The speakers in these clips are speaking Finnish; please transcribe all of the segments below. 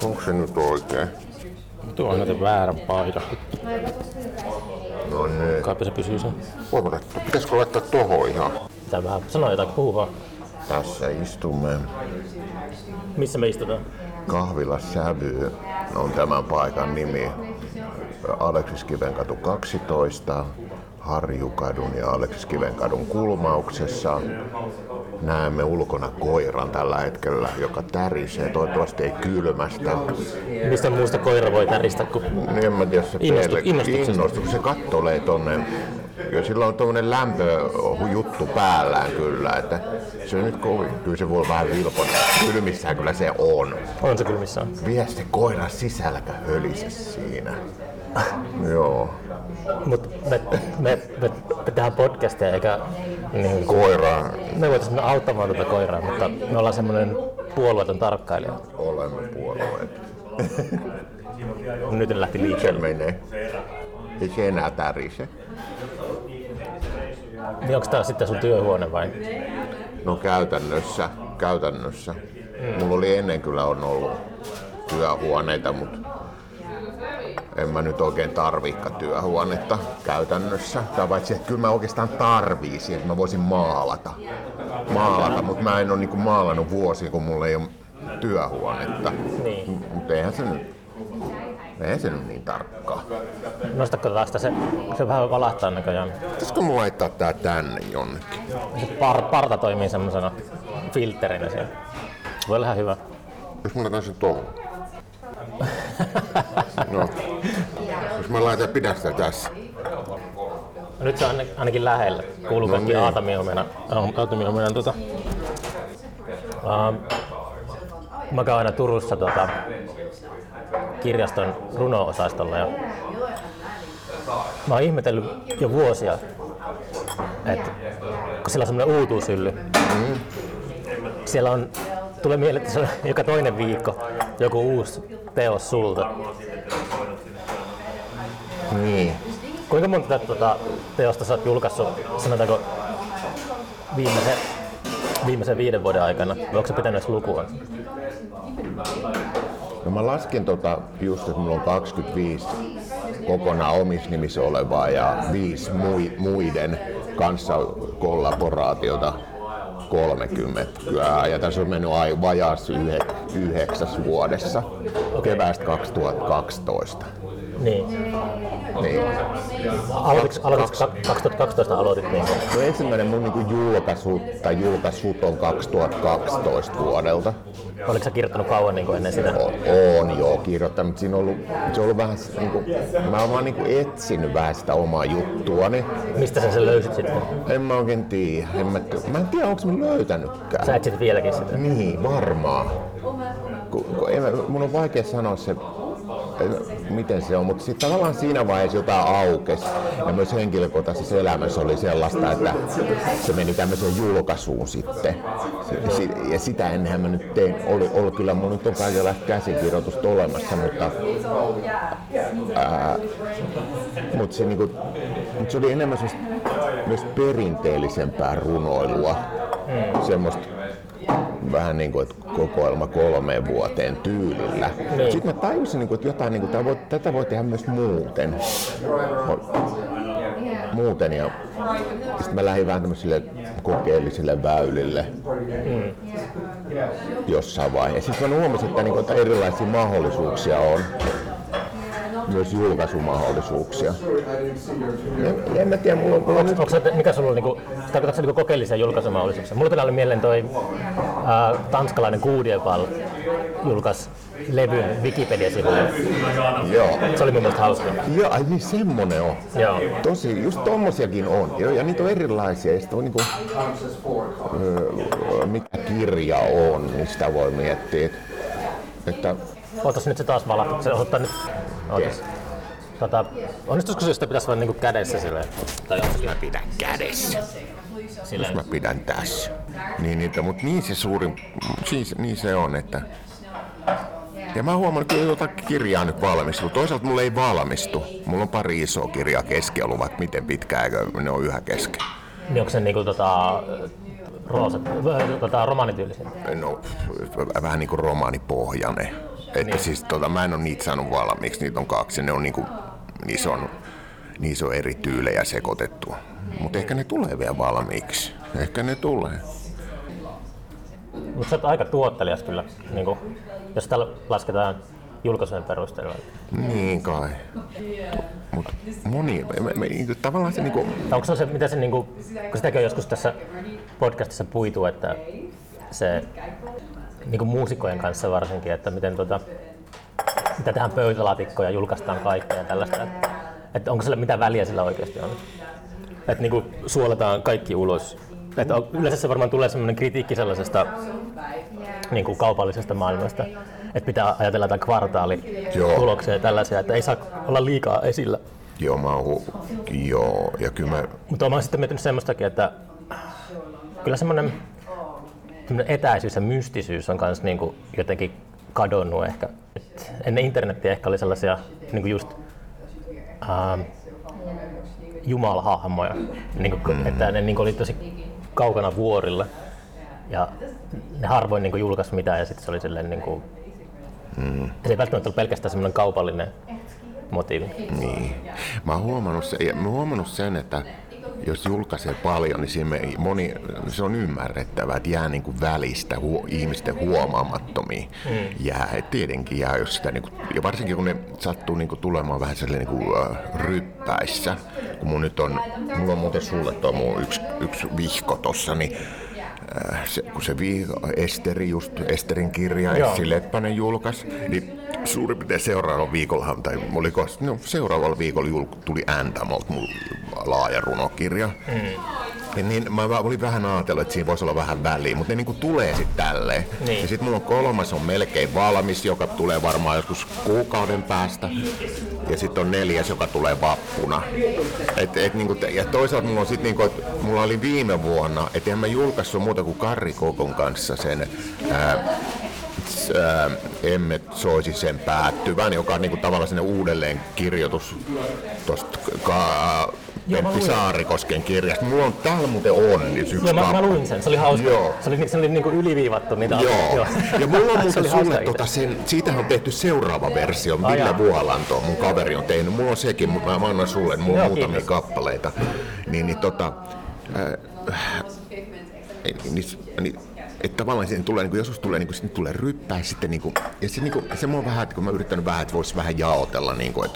Onko se nyt oikein? Tuo on näitä väärän paidan. No niin. Kaipa se pysyy sen. Voiko laittaa? Pitäisikö laittaa tohon ihan? Pitää vähän sanoa jotain, puhu vaan. Tässä istumme. Missä me istutaan? Kahvila Sävy on tämän paikan nimi. Aleksis Kivenkatu 12, Harjukadun ja Aleksis Kivenkadun kulmauksessa. Näemme ulkona koiran tällä hetkellä, joka tärisee. Toivottavasti ei kylmästä. Mistä muusta koira voi täristä kuin En mä tiedä, se innostus, kun se kattolee tonne. Ja sillä on tommonen lämpöjuttu päällään kyllä, että se nyt kovin. Kyllä se voi vähän vilpona. Kylmissään kyllä se on. On se kylmissään. Vie se koira sisälläkä hölise siinä. Joo. Mut me tehdään podcastia eikä niin Koiraa. me voitaisiin auttamaan tätä koiraa, mutta me ollaan semmoinen puolueeton tarkkailija. Olemme puolueet. Nyt lähti Se liikkeelle. menee. Ei se enää tärise. Niin onko tää sitten sun työhuone vai? No käytännössä. Mulla oli ennen kyllä on ollut työhuoneita, mutta en mä nyt oikein tarviikaan työhuonetta käytännössä. Tai paitsi, että kyllä mä oikeastaan tarviisin, että mä voisin maalata, mutta mä en ole niinku maalannut vuosia, kun mulla ei ole työhuonetta. Niin. Mutta eihän se nyt niin tarkkaa. Nostatko taas se vähän valahtaa näköjään. Pitäisikö mun laittaa tää tänne jonnekin? Se parta toimii semmosena filtterinä siellä. Se voi olla ihan hyvä. Jos mä laitan sen tohon. No. Jos mä laitan, pidä sitä tässä. Nyt se on ainakin lähellä. Kuuluu kaikki niin. aatamiomena. Mä käyn aina Turussa kirjaston runo-osastolla ja mä oon ihmetellyt jo vuosia, että kun siellä on semmoinen uutuushylly, siellä tulee mieleen, että se on joka toinen viikko joku uusi teos sulta. Niin. Kuinka monta teosta sä oot julkaissut, sanotaanko viimeisen 5 vuoden aikana? Vai onko sä pitänyt edes lukua? No mä lasken just, että mulla on 25 kokonaan omissa nimissä olevaa ja 5 muiden kanssa kollaboraatiota 30. Ja tässä on mennyt vajaassa 9 vuodessa, keväästä 2012. Niin. Niin. Aloititko 2012 aloitit niin? No ensimmäinen mun niinku julkaisut on 2012 vuodelta. Oliko sä kirjoittanut kauan niin ennen sitä? On joo kirjoittanut. Se on ollut vähän niinku, mä oon vaan niinku etsinyt vähän sitä omaa juttuani. Mistä sä sen löysit sitten? En mä oikein tiedä. Mä en tiedä onko mä löytänytkään. Sä etsit vieläkin sitä? Niin, varmaan. Mun on vaikea sanoa se, miten se on, mutta sitten tavallaan siinä vaiheessa jotain aukesi. Ja myös henkilökohtaisessa elämässä oli sellaista, että se meni tämmöiseen julkaisuun sitten. Ja sitä ennenhän mä nyt tein. Oli kyllä, mun nyt on kaikenlaista käsikirjoitusta olemassa, mutta se oli enemmän myös perinteellisempää runoilua. Semmoista vähän niin kuin, että kokoelma 3 vuoteen tyylillä. Niin. Sitten mä tajusin, että jotain, tätä voi tehdä myös muuten ja sitten mä lähdin vähän tämmöisille kokeellisille väylille jossain vaiheessa. Sitten mä huomasin, että erilaisia mahdollisuuksia on. Myös julkaisumahdollisuuksia. En mä tiedä, mulla on nyt... Mikä sulla on, tarkoitatko se kokeellisia julkaisumahdollisuuksia? Mulla oli mieleen toi tanskalainen Kuudiepal julkaisi levyn Wikipedia-sivulle. Joo. Se oli mun mielestä hauska. Joo, ai niin semmonen on. Joo. Tosi, just tommosiakin on. Joo, ja niitä on erilaisia. Ja sitten on niinku, mikä kirja on, niin sitä voi miettiä. Että Ootas nyt se taas valattu. Se osoittaa nyt. Ootas. Onnistuisiko se, jos sitä pitäisi vaan niinku kädessä silleen? Tai jos mä pidän kädessä. Silleen. Jos mä pidän tässä. Mutta niin se suurin, niin se on, että... Ja mä huomaan, että jotain kirjaa nyt valmistuu. Toisaalta mulla ei valmistu. Mulla on pari isoa kirjaa kesken ollut, miten pitkään ne on yhä kesken. Niin onko se niinku romaanityylisiä? No, vähän niinku romaanipohjainen. Että siis mä en ole niitä saanut valmiiksi, niitä on 2, ne on niinku, niissä on eri tyylejä sekoitettu. Mutta ehkä ne tulee vielä valmiiksi, ehkä ne tulee. Mutta sä oot aika tuottelias kyllä, niinku, jos täällä lasketaan julkaisujen perusteella. Niin kai. Mutta moni, tavallaan se niinku... Onko se, mitä se niinku, kun sitäkin on joskus tässä podcastissa puitu, että se niinku muusikojen kanssa varsinkin, että miten mitä tehdään pöytälaatikkoja, julkaistaan kaikkea ja tällaista, että onko sillä mitään väliä sillä oikeasti on? Että niinku suolataan kaikki ulos. Että yleensä se varmaan tulee sellainen kritiikki sellaisesta niinku kaupallisesta maailmasta, että pitää ajatella jotain kvartaalituloksia ja tällaisia, että ei saa olla liikaa esillä. Joo, ja kyllä Mutta mä oon sitten miettinyt semmoistakin, että kyllä semmoinen etäisyys ja mystisyys on myös niinku jotenkin kadonnut ehkä. Et ennen internetiä ehkä oli sellaisia niinku just jumalahahmoja, niinku, että ne niinku oli tosi kaukana vuorilla ja ne harvoin niinku julkaisi mitään ja sitten se oli silleen niinku, se ei välttämättä ollut pelkästään semmoinen kaupallinen motiivi. Niin. Mä oon huomannut sen, että jos julkaisee paljon, niin se on ymmärrettävää, että jää niinku välistä ihmisten huomaamattomiin. Tietenkin jää, jos sitä, niinku, ja varsinkin kun ne sattuu niinku tulemaan vähän sellainen niinku, ryppäissä. Kun mulla on muuten sulle tuo mun yksi vihko tossa, niin kun se Esterin kirja Essi Leppänen julkaisi, niin suurin piirtein seuraavalla viikolla, tai seuraavalla viikolla tuli Antamolta mun laaja runokirja. Niin mä olin vähän ajatellut, että siinä voisi olla vähän väliä, mutta ne niinku tulee sitten tälleen. Niin. Ja sitten mulla on 3 on melkein valmis, joka tulee varmaan joskus kuukauden päästä. Ja sitten on 4, joka tulee vappuna. Ja toisaalta mulla on sitten niinku, mulla oli viime vuonna, että en mä julkaissut muuta kuin Karri Kokon kanssa sen emme soisi sen päättyvän, joka on niinku tavallaan sinne uudelleen kirjoitus tuosta Pentti Saarikosken kirjasta. Mulla on täällä muuten on yksi mä luin sen, se oli hauska. Joo. Se oli niinku yliviivattu niitä. Joo. Ja mulla on muuten sulle siitä on tehty seuraava versio, Ville Vuolanto, mun kaveri on tehnyt. Mulla on sekin, mutta mä annan sulle muutamia kappaleita. Että tavallaan siihen tulee, niin joskus tulee, niin tulee ryppää sitten, niin kuin, ja se mua vähän, että kun mä oon yrittänyt vähän, että voisi vähän jaotella, niin kuin,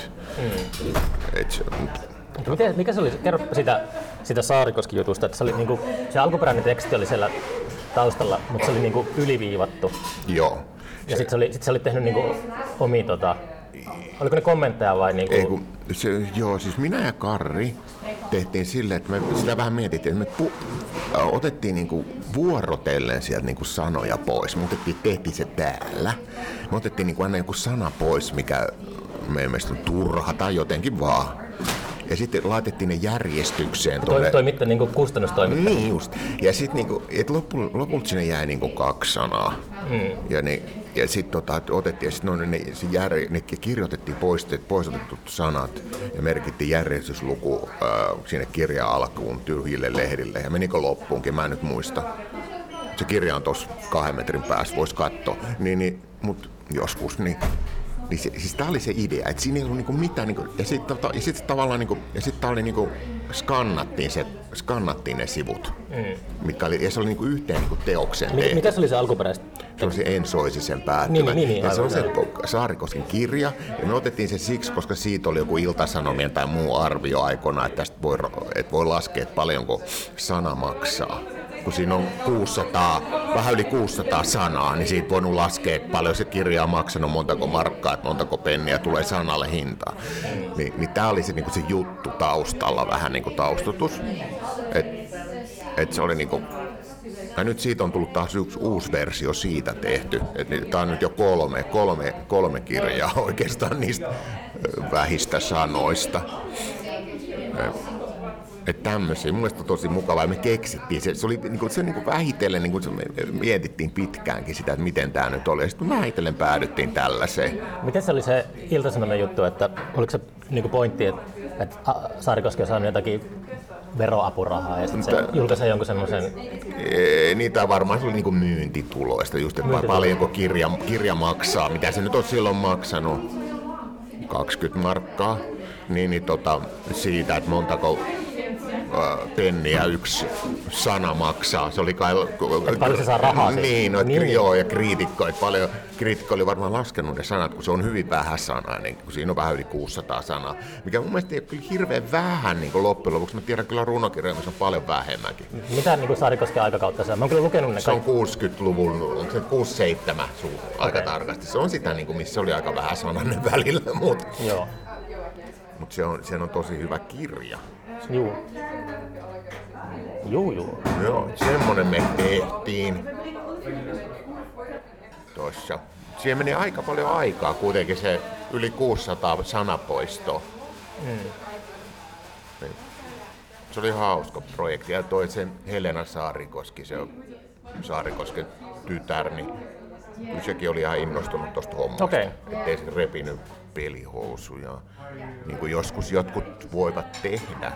mikä se oli? Kerro sitä Saarikoski-jutusta, että se, oli, niin kuin, se alkuperäinen teksti oli siellä taustalla, mutta se oli niin kuin yliviivattu. Joo. Ja sitten se oli tehnyt niin kuin omia, oliko ne kommentteja vai? Niin kuin... Siis minä ja Karri tehtiin silleen, että me sitä vähän mietittiin, että me otettiin niinku vuorotellen sieltä niinku sanoja pois. Me tehtiin se täällä. Me otettiin niinku aina joku sana pois, mikä meidän mielestä on turha tai jotenkin vaan. Ja sitten laitettiin ne järjestykseen. Toimitte niinku kustannustoimittaja. Niin just. Ja sitten niinku, lopulta sinne jäi niinku 2 sanaa. Ja sitten otettiin ja sitten ne kirjoitettiin poisotetut sanat ja merkittiin järjestysluku sinne kirjan alkuun tyhjille lehdille. Ja menikö loppuunkin, mä en nyt muista. Se kirja on tuossa 2 metrin päässä, vois katsoa. Mutta joskus niin siis tää oli se idea, että siinä ei ollut niinku mitään niinku, ja sitten tavallaan niinku, ja sitten tää oli niinku skannattiin ne sivut. Mitkä oli, ja se oli niinku yhteen niinku teokseen tehty. Mikä se oli se alkuperäistä? Se oli se En soisi sen päättyvän. Niin, ja se on se Saarikosken kirja, ja me otettiin se siksi, koska siitä oli joku Ilta-Sanomien tai muu arvio aikana, että tästä voi laskea, että paljonko sana maksaa. Kun siinä on 600, vähän yli 600 sanaa, niin siitä voinut laskea, että paljon se kirja on maksanut, montako markkaa, että montako penniä tulee sanalle hintaa. Niin tää oli se, niinku se juttu taustalla, vähän niin kuin taustatus. Et se oli niinku, ja nyt siitä on tullut taas yksi uusi versio siitä tehty. Tää on nyt jo kolme kirjaa oikeastaan niistä vähistä sanoista. Että tämmöisiä. Mun mielestä on tosi mukavaa ja me keksittiin. Se oli niinku vähitellen, niinku me mietittiin pitkäänkin sitä, että miten tää nyt oli. Ja sitten vähitellen päädyttiin tällaiseen. Miten se oli se Ilta-Sanomien juttu, että oliko se niinku pointti, että Saarikoski on saanut jotakin veroapurahaa ja sitten se julkaisee jonkun semmoisen... Niitä varmaan se oli niinku myyntituloista, just että paljonko kirja maksaa, mitä se nyt on silloin maksanut, 20 markkaa, niin siitä, että montako penniä yksi sana maksaa. Se oli kai... Paljon se saa rahaa siitä. Niin, no, niin. Joo, ja kriitikko oli varmaan laskenut ne sanat, kun se on hyvin vähäsanainen, kun siinä on vähän yli 600 sanaa, mikä mun mielestä ei ole hirveän vähän niin loppujen lopuksi. Mä tiedän kyllä runokirjoja, missä on paljon vähemmänkin. Mitä niin Saarikosken aikakautta se on? Mä oon kyllä lukenut ne kaikki. Se on 60-luvun, onko se 67 aika tarkasti. Se on sitä, niin kuin, missä oli aika vähäsanainen välillä, mutta se on tosi hyvä kirja. Juu. Joo, semmonen me tehtiin tossa. Siihen meni aika paljon aikaa kuitenkin se yli 600 sanapoistoa. Se oli hauska projekti ja toi sen Helena Saarikoski, se on Saarikosken tytär, niin sekin oli ihan innostunut tosta hommasta. Okay. Ettei se repinyt pelihousuja, niin kuin joskus jotkut voivat tehdä.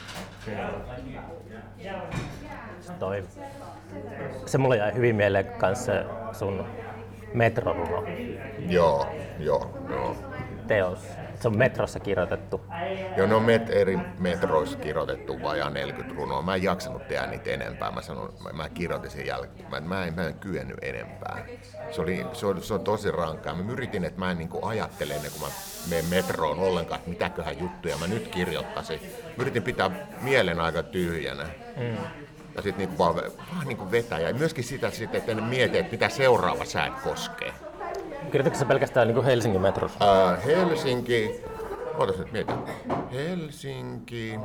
Se mulle jäi hyvin mieleen kanssa sun metroruno. Joo. Teos. Se on metrossa kirjoitettu. Joo, ne on eri metroissa kirjoitettu vajaa 40 runoa. Mä en jaksanut tehdä niitä enempää. Mä kirjoitin sen jälkeen. Mä en kyennyt enempää. Se on tosi rankkaa. Mä yritin, että mä en niin ajattele ennen kuin mä menen metroon ollenkaan, että mitäköhän juttuja mä nyt kirjoittaisin. Mä yritin pitää mielen aika tyhjänä. Ja sitten niinku vaan niinku vetää. Ja myöskin sitä, että en mieti, että mitä seuraava säät koskee. Kirjoititko sä pelkästään niinku Helsingin metrossa? Helsinki, ootas nyt mietin. Helsinki,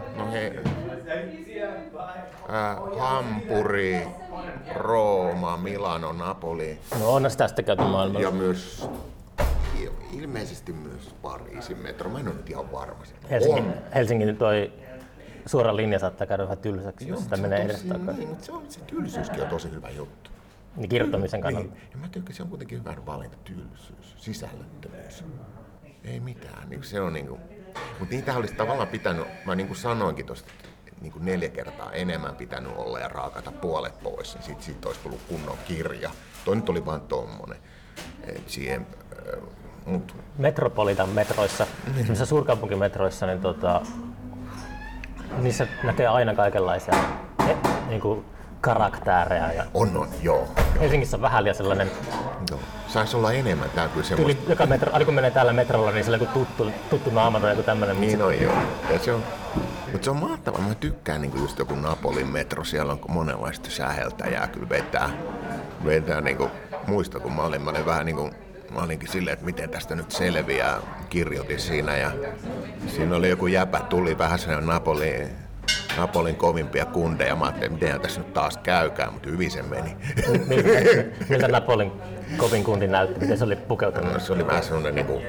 Hampuri, Rooma, Milano, Napoli. No onhan sitä sitten käyty maailmalla. Ja myös, ilmeisesti myös Pariisin metro, mä en ole nyt ihan varma. Helsingin toi suora linja saattaa käydä vähän tylsäksi, jos sitä menee edestakaisin. Niin, mutta se tylsyyskin on tosi hyvä juttu. Niin kirjoittamisen kannalta. Niin. Ja mä tykkään, se on kuitenkin hyvä valinta, tylsyys, sisällöttömyys. Ei mitään, niin se on niinku... Mutta niitä olisi tavallaan pitänyt, mä niin kuin sanoinkin tuosta, niin kuin 4 kertaa enemmän pitänyt olla ja raakata puolet pois, niin siitä olisi tullut kunnon kirja. Toi nyt oli vaan tommonen. Siihen, Metropolitan metroissa, semmoisissa suurkaupunkimetroissa, niin niissä näkee aina kaikenlaisia niinku karaktäärejä. Ja joo. Helsingissä on vähän liian sellainen... Joo. Saisi olla enemmän, tää kyllä semmoista... Joka metro, aina kun menee täällä metrolla, niin siellä on tuttu naama tai joku tämmönen... Niin on joo. Mutta se on mahtavaa. Mä tykkään niinku just joku Napolin metro. Siellä on monenlaista säheltäjää kyllä vetää niinku... Muista, kun mä olin vähän niinku... Mä olinkin silleen, että miten tästä nyt selviää. Kirjoitin siinä ja siinä oli joku jäpä, tuli vähän sellainen Napolin kovimpia kundeja. Mä ajattelin, miten tässä nyt taas käykään, mutta hyvin se meni. Miltä Napolin kovin kundi näytti? Miten se oli pukeutunut? No, se oli vähän semmoinen niinku,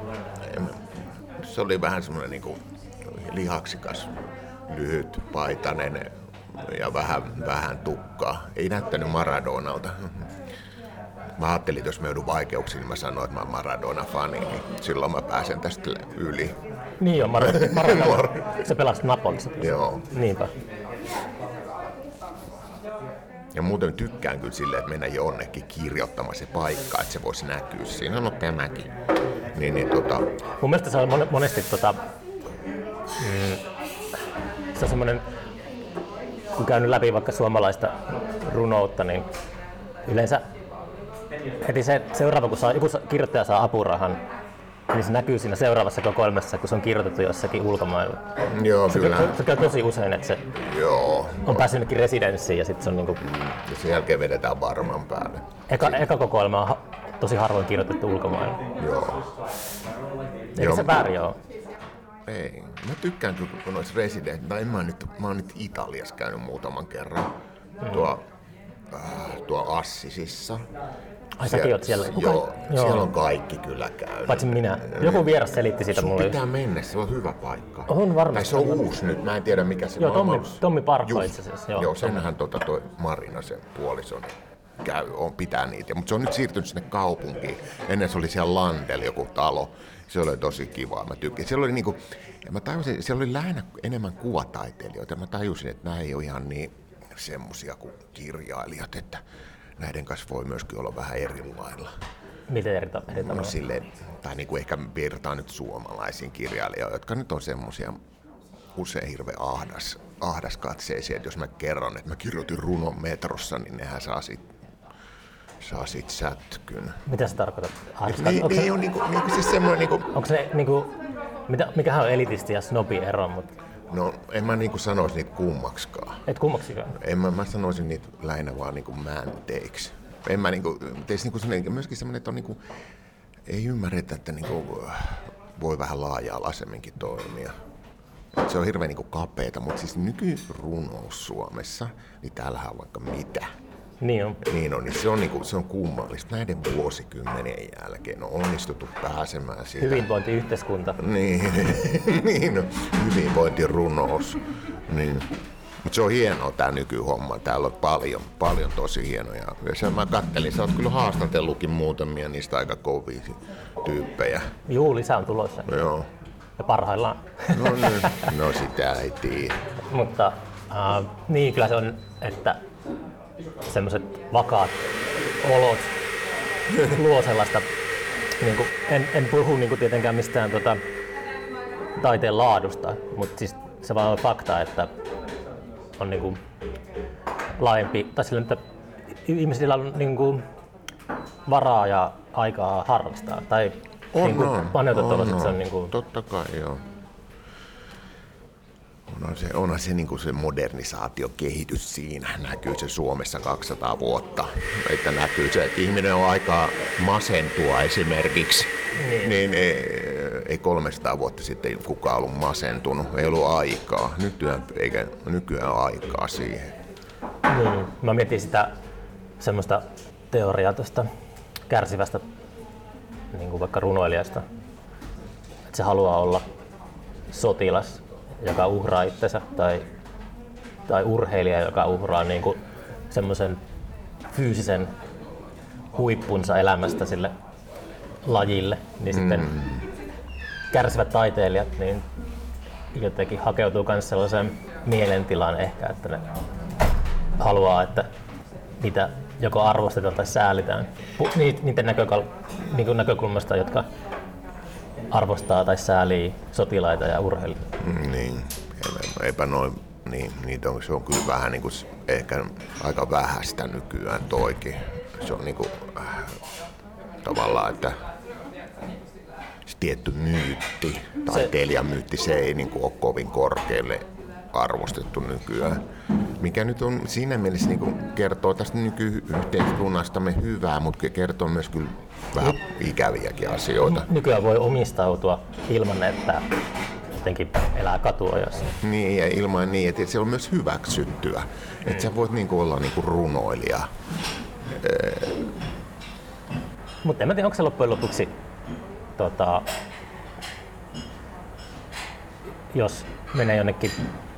lihaksikas, lyhyt, paitainen ja vähän tukkaa. Ei näyttänyt Maradonalta. Mä ajattelin, että jos mä joudun vaikeuksiin, niin mä sanoin, että mä oon Maradona-fani, niin silloin mä pääsen tästä yli. Niin on, Maradona. Se pelasi Napolissa. Joo. Niinpä. Ja muuten tykkään kyllä silleen, että mennä jonnekin kirjoittamaan se paikka, että se voisi näkyä. Siinä on tämäkin. Mun mielestä se on monesti se on semmoinen, kun käynyt läpi vaikka suomalaista runoutta, niin yleensä heti se seuraava, kun joku kirjoittaja saa apurahan, niin se näkyy siinä seuraavassa kokoelmassa, kun se on kirjoitettu jossakin ulkomailla. Joo, kyllä. Se käy tosi usein, että se on päässyt jonnekin residenssiin ja sitten se on niinku... Ja sen jälkeen vedetään varman päälle. Eka kokoelma on tosi harvoin kirjoitettu ulkomailla. Joo. Eikä se väärin oo. Ei. Mä tykkään kyllä, kun olisi residentti. Mä oon nyt Italiassa käynyt muutaman kerran. Tuo Assisissa. Ai säkin oot siellä? Joo, siellä on kaikki kyllä käynyt. Paitsi minä. Joku vieras selitti sitä mulle. Sun pitää mennä, se on hyvä paikka. On varmasti. Tai se on uusi nyt, mä en tiedä mikä se on. Joo, Tommi Parkko itse asiassa. Joo, senhän toi Marina, sen puolison pitää niitä. Mutta se on nyt siirtynyt sinne kaupunkiin. Ennen se oli siellä Landella joku talo. Se oli tosi kivaa, mä tykkäsin. Siellä oli niinku, ja mä tajusin, siellä oli lähinnä enemmän kuvataiteilijoita. Mä tajusin, että nämä ei ole ihan niin semmosia kuin kirjailijat, että näiden kanssa voi myöskin olla vähän eri lailla. Miten eri tavalla? No silleen, tai niinku ehkä virtaan nyt suomalaisiin kirjailijoihin, jotka nyt on semmosia usein hirveän ahdaskatseisia, että jos mä kerron, että mä kirjoitin runon metrossa, niin nehän saa sit sätkyn. Mitä se tarkoittaa? Ei ole niinku siis semmoinen niinku... Onko se niinku... Mikähän on elitisti ja snobi ero, mutta... No, en mä niinku sanoisi niitä kummaksikaan. Et kummaksikaan? Mä sanoisin niitä lähinnä vaan niinku mänteiksi. En mä niinku... Myöskin semmoinen, että on niinku... Ei ymmärretä, että niinku... Voi vähän laaja-alaisemminkin toimia. Se on hirveän niinku kapeeta, mutta siis nykyrunous Suomessa, niin täällähän on vaikka mitä. Niin on. Niin se on, niinku, se on kummallista. Näiden vuosikymmenien jälkeen on onnistuttu pääsemään siitä. Hyvinvointiyhteiskunta. Niin on. Hyvinvointirunous. Niin. Mutta se on hienoa tää nykyhomma. Täällä on paljon tosi hienoja. Ja mä kattelin, sä oot kyllä haastatellukin muutamia niistä aika kovia tyyppejä. Juu, lisää on tulossa. Joo. Ja parhaillaan. No sitä ei tiedä. Mutta niin kyllä se on, että semmoiset vakaat olot luo sellaista, niin kuin, en puhu niin kuin tietenkään mistään taiteen laadusta, mutta siis se vaan on fakta, että on niin kuin laajempi, tai sillä, että ihmisillä on niin kuin varaa ja aikaa harrastaa, tai paneutua se on niin kuin... Totta kai, joo. Onhan se, niin kuin se modernisaatiokehitys siinä. Näkyy se Suomessa 200 vuotta. Että näkyy se, että ihminen on aikaa masentua esimerkiksi. Niin ei 300 vuotta sitten kukaan ollut masentunut. Ei ollut aikaa. Eikä nykyään aikaa siihen. Niin. Mä mietin sitä semmoista teoriaa tuosta kärsivästä niin kuin vaikka runoilijasta. Että se haluaa olla sotilas, joka uhraa itsensä, tai urheilija, joka uhraa niin kuin semmoisen fyysisen huippunsa elämästä sille lajille, niin sitten kärsivät taiteilijat niin jotenkin hakeutuu myös sellaiseen mielentilaan ehkä, että ne haluaa, että niitä joko arvostetaan tai säälitään niiden näkökulmasta, jotka arvostaa tai säälii sotilaita ja urheilijoita. Niin, eipä noin. Niin, se on kyllä vähän niin kuin ehkä aika vähäistä nykyään toikin. Se on niin kuin, tavallaan, että se tietty myytti, taiteilijamyytti, se ei niin kuin ole kovin korkealle arvostettu nykyään. Mikä nyt on siinä mielessä niin kuin kertoo tästä nykyyhteiskunnastamme hyvää, mutta kertoo myös kyllä vähän ikäviäkin asioita. Nykyään voi omistautua ilman, että jotenkin elää katuojassa. Niin, ja ilman niin, että se on myös hyväksyttyä. Että sä voit niin kuin olla niin kuin runoilija. Mutta en mä tiedä, onko se loppujen lopuksi, jos menee jonnekin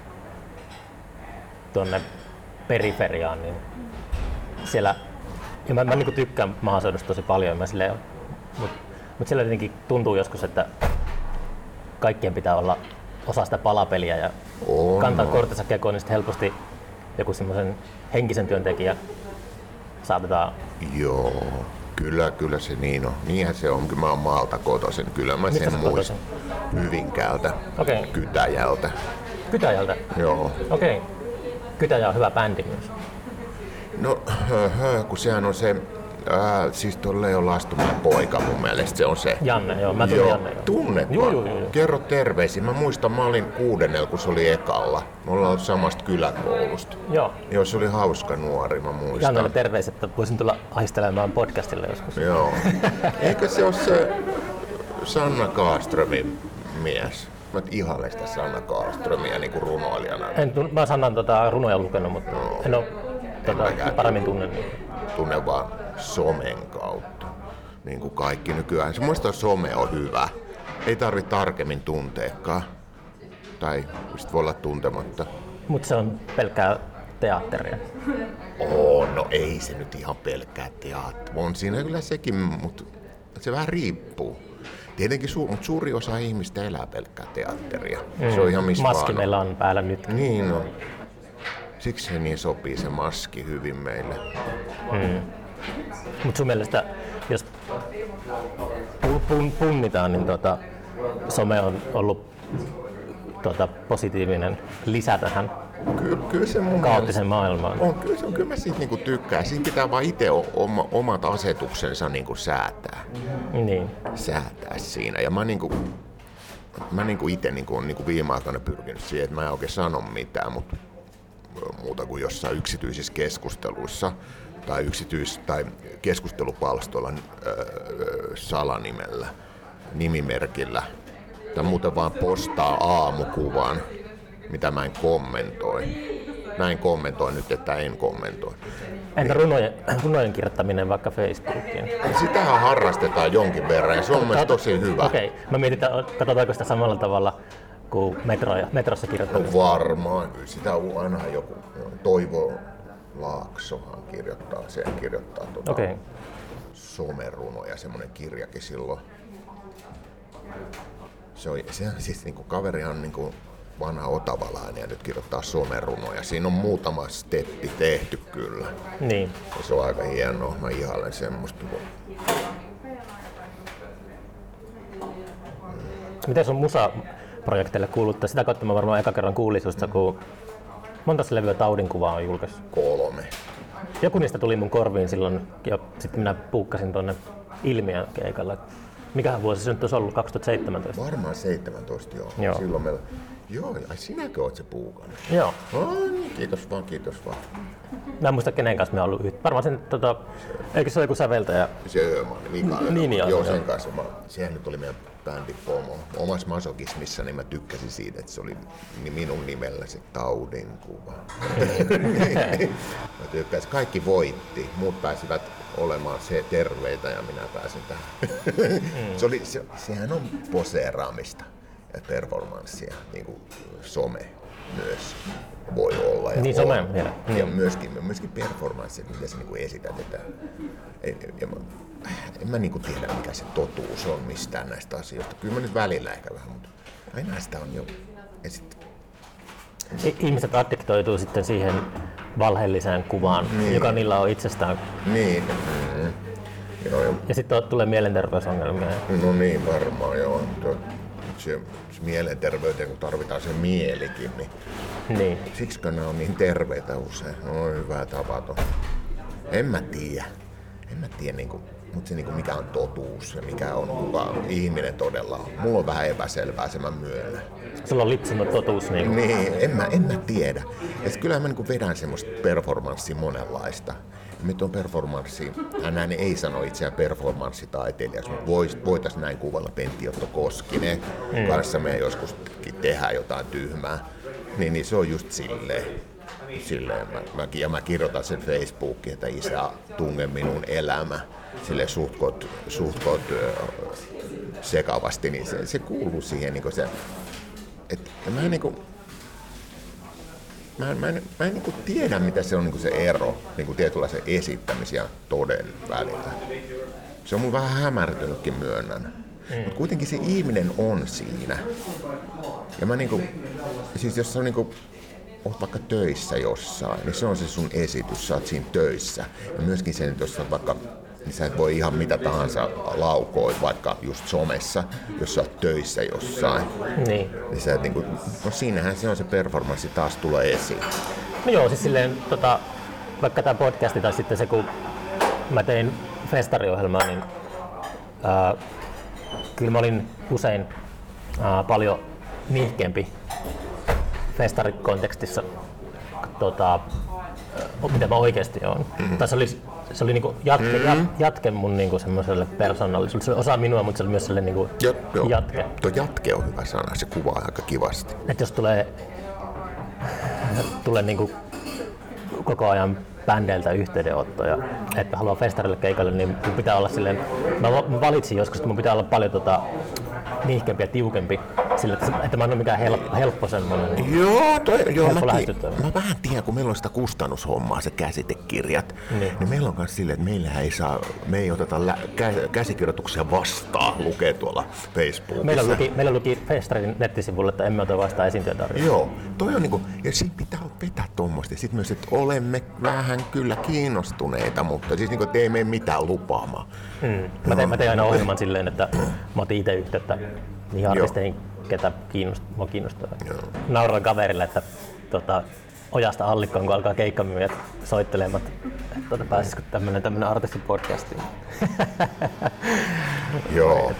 tuonne periferiaan, niin siellä, ja mä niin kuin tykkään maaseudusta tosi paljon, mutta siellä jotenkin tuntuu joskus, että kaikkien pitää olla osa sitä palapeliä ja kantaa kortensa kekoon, niin sitten helposti joku semmoisen henkisen työntekijä saatetaan... Joo, kyllä se niin on. Niinhän se on, kun mä oon maalta kotoisin. Kyllä mä sen muistan Hyvinkäältä, Kytäjältä. Kytäjältä? Joo. Okei. Kytäjä on hyvä bändi myös. No, kun sehän on se, siis tuo Leo Lastumäen poika mun mielestä se on se. Janne, joo, mä tunnen Janne. Tunnet vaan. Kerro terveisiä. Mä muistan, mä olin 6. kun se oli ekalla. Me ollaan ollut samasta kyläkoulusta. Joo, se oli hauska nuori, mä muistan. Jannelle terveisiä, että voisin tulla ahistelemaan podcastille joskus. Joo. Eikö se ole se Sanna Karlströmin mies? Mä ihailen sitä Sanna Karlströmiä niin kuin runoilijana. Mä Sannan runoja lukenut, mutta en ole paremmin tunne. Tunne vaan somen kautta. Niin kuin kaikki nykyään. Se muista some on hyvä. Ei tarvitse tarkemmin tunteekaan. Tai sit voi olla tuntematta. Mutta se on pelkkää teatteria? No ei se nyt ihan pelkkää teatteri. On siinä kyllä sekin, mutta se vähän riippuu. Tietenkin mutta suuri osa ihmistä elää pelkkää teatteria. Se on ihan mistä Maski vaan. meillä on päällä nyt. Niin on. Siksi se niin sopii se maski hyvin meille. Mutta sun mielestä, jos punnitaan, niin some on ollut positiivinen lisä tähän Kyllä se mun kaoottisen maailmaan. on. Kyllä mä siitä niinku tykkään. Siinä pitää vaan itse omat asetuksensa niinku säätää. Niin. Säätää siinä. Ja mä itse on viime aikoina pyrkinyt siihen, että mä en oikein sano mitään, mutta muuta kuin jossain yksityisissä keskusteluissa tai keskustelupalstoilla salanimellä, nimimerkillä, tai muuten vaan postaa aamukuvan, mitä mä en kommentoi. Näin kommentoin nyt, että en kommentoi. Entä runojen kirjoittaminen vaikka Facebookiin? Sitähän harrastetaan jonkin verran ja se on myös tosi hyvä. Okei. Mä mietin, että katsotaanko sitä samalla tavalla kuin metrossa kirjoittamista. Varmaan. Kyllä sitä on aina joku. Toivo Laaksohan kirjoittaa somerunoja, semmoinen kirjakin silloin. Se siis niinku kaverihan niinku vanha otavalainen ja nyt kirjoittaa somerunoja. Siinä on muutama steppi tehty kyllä. Niin. Ja se on aika hienoa. Mä ihailen semmoista. Miten sun musaprojekteille kuuluttaa? Sitä kautta mä varmaan eka kerran kuulin susta, kun monta levyä Taudinkuvaa on julkaissut? 3. Joku niistä tuli mun korviin silloin ja sitten minä puukkasin tonne Ilmiön keikalla. Mikähän vuosi se nyt olisi ollut? 2017? Varmaan 17 Joo. Silloin meillä. Joo, ai sinäkö oot se puukannut? Joo. Niin, kiitos vaan. Mä en muista kenen kanssa me ollut yhtä. Varmaan sen, eikö se ole joku säveltäjä? Se Ööman, Mikael. Niin, joo, sen kanssa. Sehän nyt oli meidän bändin pomo. Omassa masokismissa niin mä tykkäsin siitä, että se oli minun nimellä se Taudinkuva. Mä tykkäsin. Kaikki voitti. Muut pääsivät olemaan terveitä ja minä pääsin tähän. Sehän on poseeraamista ja performanssia, niin kuin some myös voi olla. Ja niin some vielä. Ja myöskin performanssia, miten sä niin kuin esität. En mä niin kuin tiedä, mikä se totuus on mistään näistä asioista. Kyllä mä nyt välillä ehkä vähän, mutta aina sitä on jo esitetty. Ihmiset addiktoituu sitten siihen valheelliseen kuvaan, niin. Joka niillä on itsestään. Niin. Joo. Ja sitten tulee mielenterveysongelmia. No niin, varmaan joo. Se mielenterveyteen, kun tarvitaan se mielikin, niin. Siksikö nämä on niin terveitä usein? No hyvä tapaton. En mä tiedä niinku, mutta se niinku, mikä on totuus ja mikä on kuka ihminen todella on. Mulla on vähän epäselvää, se mä myönnän. Sulla on lipsunut totuus. Niin, en mä tiedä. Ja kyllähän mä niinku vedän semmoista performanssia monenlaista. Nyt on performanssi, hän ei sano itseään performanssitaiteilijaksi, mutta voitaisiin näin kuvalla Pentti Otto Koskinen kanssa me joskuskin tehdään jotain tyhmää. Niin se on just silleen mä kirjoitan sen Facebookiin, että isä tunge minun elämä sille suhtkot sekavasti, niin se kuuluu siihen niin se, että mä en niinku tiedä, mitä se on niinku se ero niinku tietynlaisen esittämisen ja toden välillä. Se on mun vähän hämärtynytkin, myönnän. Mutta kuitenkin se ihminen on siinä. Ja mä niinku, siis jos sä niinku, oot vaikka töissä jossain, niin se on se sun esitys, sä oot siinä töissä. Ja myöskin sen, jos sä oot vaikka, niin sä et voi ihan mitä tahansa laukoit, vaikka just somessa, jos sä oot töissä jossain. Niin sä et niinku, no siinähän se on se performanssi taas tulee esiin. No joo, siis silleen, vaikka tää podcasti tai sitten se, kun mä tein festariohjelmaa, niin kyllä mä olin usein paljon nihkeämpi festarikontekstissa, mitä mä oikeesti oon. Tai se oli niinku jatke mun niinku semmoiselle persoonallisuudelle. Se oli osa minua, mutta se oli myös sellainen niinku jatke. Tuo jatke on hyvä sana, se kuvaa aika kivasti. Et jos tulee niinku koko ajan bändeiltä yhteydenottoja, että haluaa festarille keikalle, niin mun pitää olla silleen, mä valitsin joskus, että mun pitää olla paljon nihkeämpi ja tiukempi sillä, että mä en ole mikään helppo semmoinen. Joo, mä vähän tiedän, kun meillä on sitä kustannushommaa, se käsitekirjat, niin meillä on myös silleen, että me ei oteta käsikirjoituksia vastaan lukea tuolla Facebookissa. Meillä luki Festarin nettisivulla, että emme ota vastaan esiintyjätarjouksia. Joo, toi on niinku, ja siinä pitää vetää tuommoista. Sitten myös, että olemme vähän kyllä kiinnostuneita, mutta siis niinku, ei mene mitään lupaamaan. Mä tein aina ohjelman silleen, että mä otin itse yhteyttä niihin artisteihin, ketä mua kiinnostaa. Nauroin kaverille, että ojasta allikkoon, kun alkaa keikkamyyjät soittelemaan, että pääsisikö tämmönen artistipodcastiin. Joo.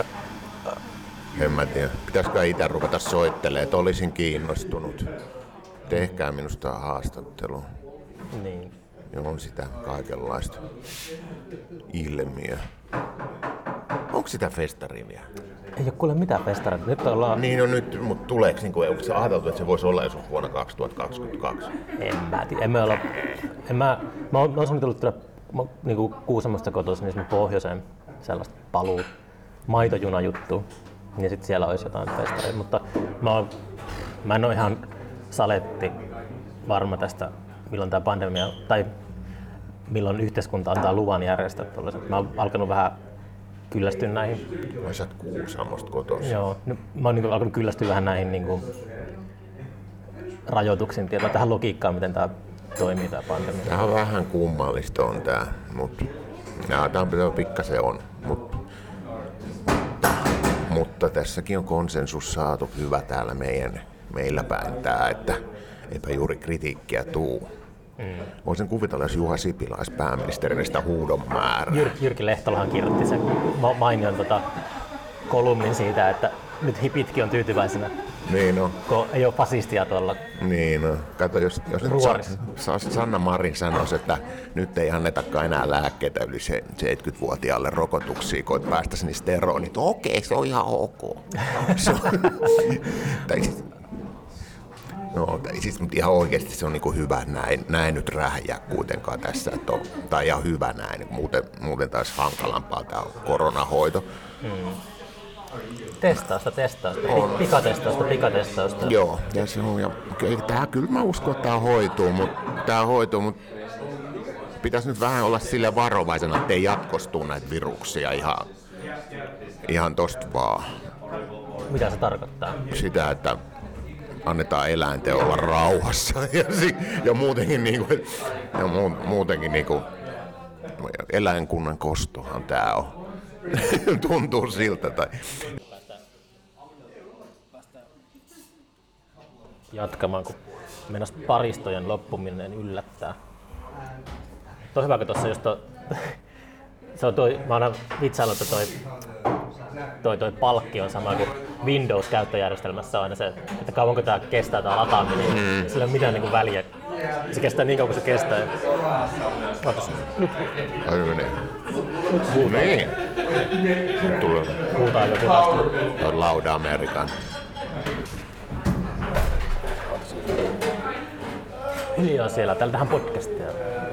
En mä tiedä. Pitäisikö itse ruveta soittelemaan, että olisin kiinnostunut. Tehkää minusta haastattelu. Niin. Ja on sitä kaikenlaista ilmiö. Onko sitä festaria vielä? Ei ole kuule mitään festareita. Nyt ollaan... Niin on nyt, mutta tuleeko niin onko se ajateltu, että se voisi olla joskus vuonna 2022? En mä tiedä. Mä oon suunnitellut tuoda niinku Kuusamosta kotoisin niin pohjoiseen sellaista paluu maitojunajuttua. Ja sit siellä olisi jotain festareita, mutta mä en ole ihan saletti varma tästä, milloin tämä pandemia tai milloin yhteiskunta antaa luvan järjestää tuollaiset. Mä oon alkanut vähän kyllästyä näihin. Mä sä oot Kuusamosta kotoisin. Joo, mä oon niinku alkanut kyllästyä vähän näihin niinku rajoituksiin, tähän logiikkaan, miten tää toimii tää pandemia. Tää on vähän kummallista on tää, mutta tää on pikkasen on. Mutta tässäkin on konsensus saatu hyvä täällä meillä päin tää, että eipä juuri kritiikkiä tuu. Voisin kuvitella, jos Juha Sipilä olisi pääministerinä sitä huudon määrää. Jyrki Lehtolahan kirjoitti sen mainion kolumnin siitä, että nyt hipitkin on tyytyväisenä. Niin on. Kun ei ole fasistia tuolla. Niin on. Kato, jos nyt Sanna Marin sanoisi, että nyt ei annetakaan enää lääkkeitä yli 70-vuotiaalle rokotuksia, kun päästäisiin niistä eroon, niin okei, se on ihan ok. Mutta ihan oikeasti se on niinku hyvä, näin nyt rähjää kuitenkaan tässä, tai ihan hyvä näin, muuten taas hankalampaa tämä koronahoito. Testausta. Pikatestausta. Joo, ja se on, ja kyllä mä uskon, että tämä hoituu, mutta pitäisi nyt vähän olla sille varovaisena, ettei jatkostuu näitä viruksia ihan tosta vaan. Mitä se tarkoittaa? Sitä, että annetaan eläinten olla rauhassa ja muutenkin niinku eläinkunnan kostohan tää on. Tuntuu siltä. Jatkamaan, kun mennäs paristojen loppuminen yllättää. Tuo hyvä, kun tuossa just se on mä oon vitsaillut, että toi palkki on sama kuin Windows-käyttöjärjestelmässä on aina se, että kauanko tää kestää tää lataaminen. Sillä ei ole mitään niinku väliä. Se kestää niin kauan kuin se kestää. Nyt huutaa. Niin. Huutaa joku vasta. On Lauda Amerikan. Hiljaa siellä, täällä tähän podcastia.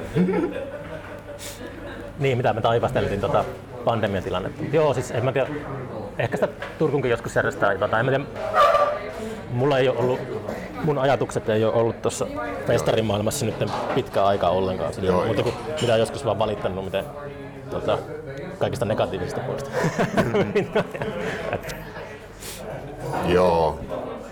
Niin, mitä me taivasteltiin pandemiatilannetta. Joo, siis en mä tiedä, ehkä sitä Turkunkin joskus järjestää jotain. En mä tiedä, mulla ei ole ollut, mun ajatukset ei ole ollut tuossa festarimaailmassa nyt pitkään aikaa ollenkaan. Mutta kun mitä on joskus vaan valittanut, miten kaikista negatiivisista puolesta. Joo.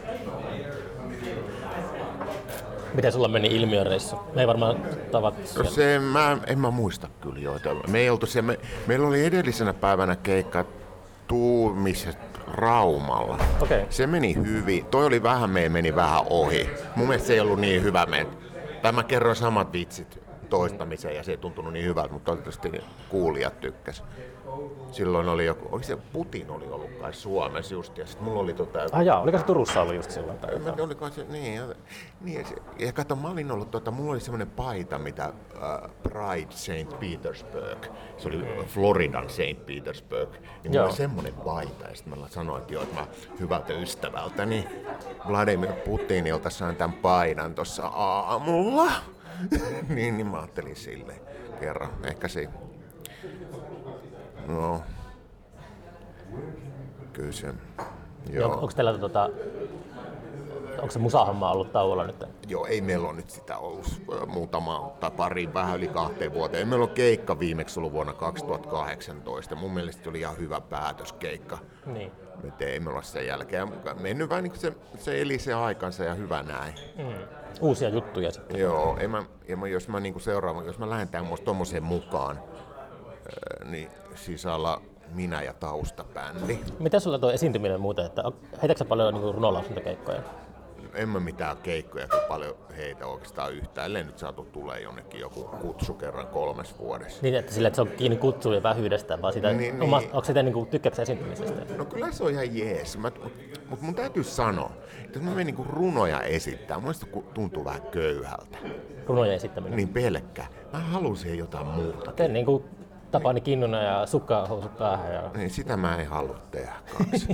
Miten sulla meni ilmiöreissu? Me ei varmaan tavattu siellä. En mä muista kyllä joita. Meillä oli edellisenä päivänä keikka Tuumisessa Raumalla. Okay. Se meni hyvin. Toi oli meni vähän ohi. Mun mielestä se ei ollut niin hyvä. Mä kerroin samat vitsit toistamiseen ja se ei tuntunut niin hyvältä, mutta toivottavasti kuulijat tykkäs. Silloin oli joku, se Putin oli ollut kai Suomessa just, ja sit mulla oli oliko se Turussa ollut just silloin? Oliko se, niin ja kato, mä olin ollut, mulla oli semmoinen paita, mitä Pride St. Petersburg, se oli Floridan St. Petersburg, niin mulla oli semmoinen paita, ja sitten mä sanoin, että mä hyvältä ystävältäni Vladimir Putinilta sain tämän paidan tuossa aamulla, niin mä ajattelin silleen kerran, ehkä se. No, kyllä se Joo. Onko teillä onko se musahomma ollut tauolla nyt? Joo, ei meillä ole nyt sitä ollut muutama tai pari, vähän yli 2 vuoteen. Meillä on keikka viimeksi ollut vuonna 2018. Mun mielestä se oli ihan hyvä päätöskeikka. Niin. Me teimme olla sen jälkeen. Mennyt vähän niin kuin se eli se aikansa ja hyvä näin. Uusia juttuja sitten. Joo, jos mä niinku jos mä lähden tommoseen mukaan, niin sisällä minä ja taustabändi. Miten sulla tuo esiintyminen muuten, että heitätkö sä paljon niinku runolausuntakeikkoja? En mä mitään keikkoja paljon heitä oikeastaan yhtään, ellei nyt saatu tulee jonnekin joku kutsu kerran 3 vuodessa. Niin, että sillä, että se on kiinni kutsuun ja vähyydestä, vaan sitä, onko sitä niinku, tykkäätkö esiintymisestä? No kyllä se on ihan jees, mutta mun täytyy sanoa, että jos mä menen niinku runoja esittää, mun tuntuu vähän köyhältä. Runojen esittäminen? Niin pelkkä. Mä haluan siihen jotain muuta. Tein niinku Tapani Kinnunen ja sukkahousut päähän. Ja... Niin, sitä mä en halua tehdä kaksi.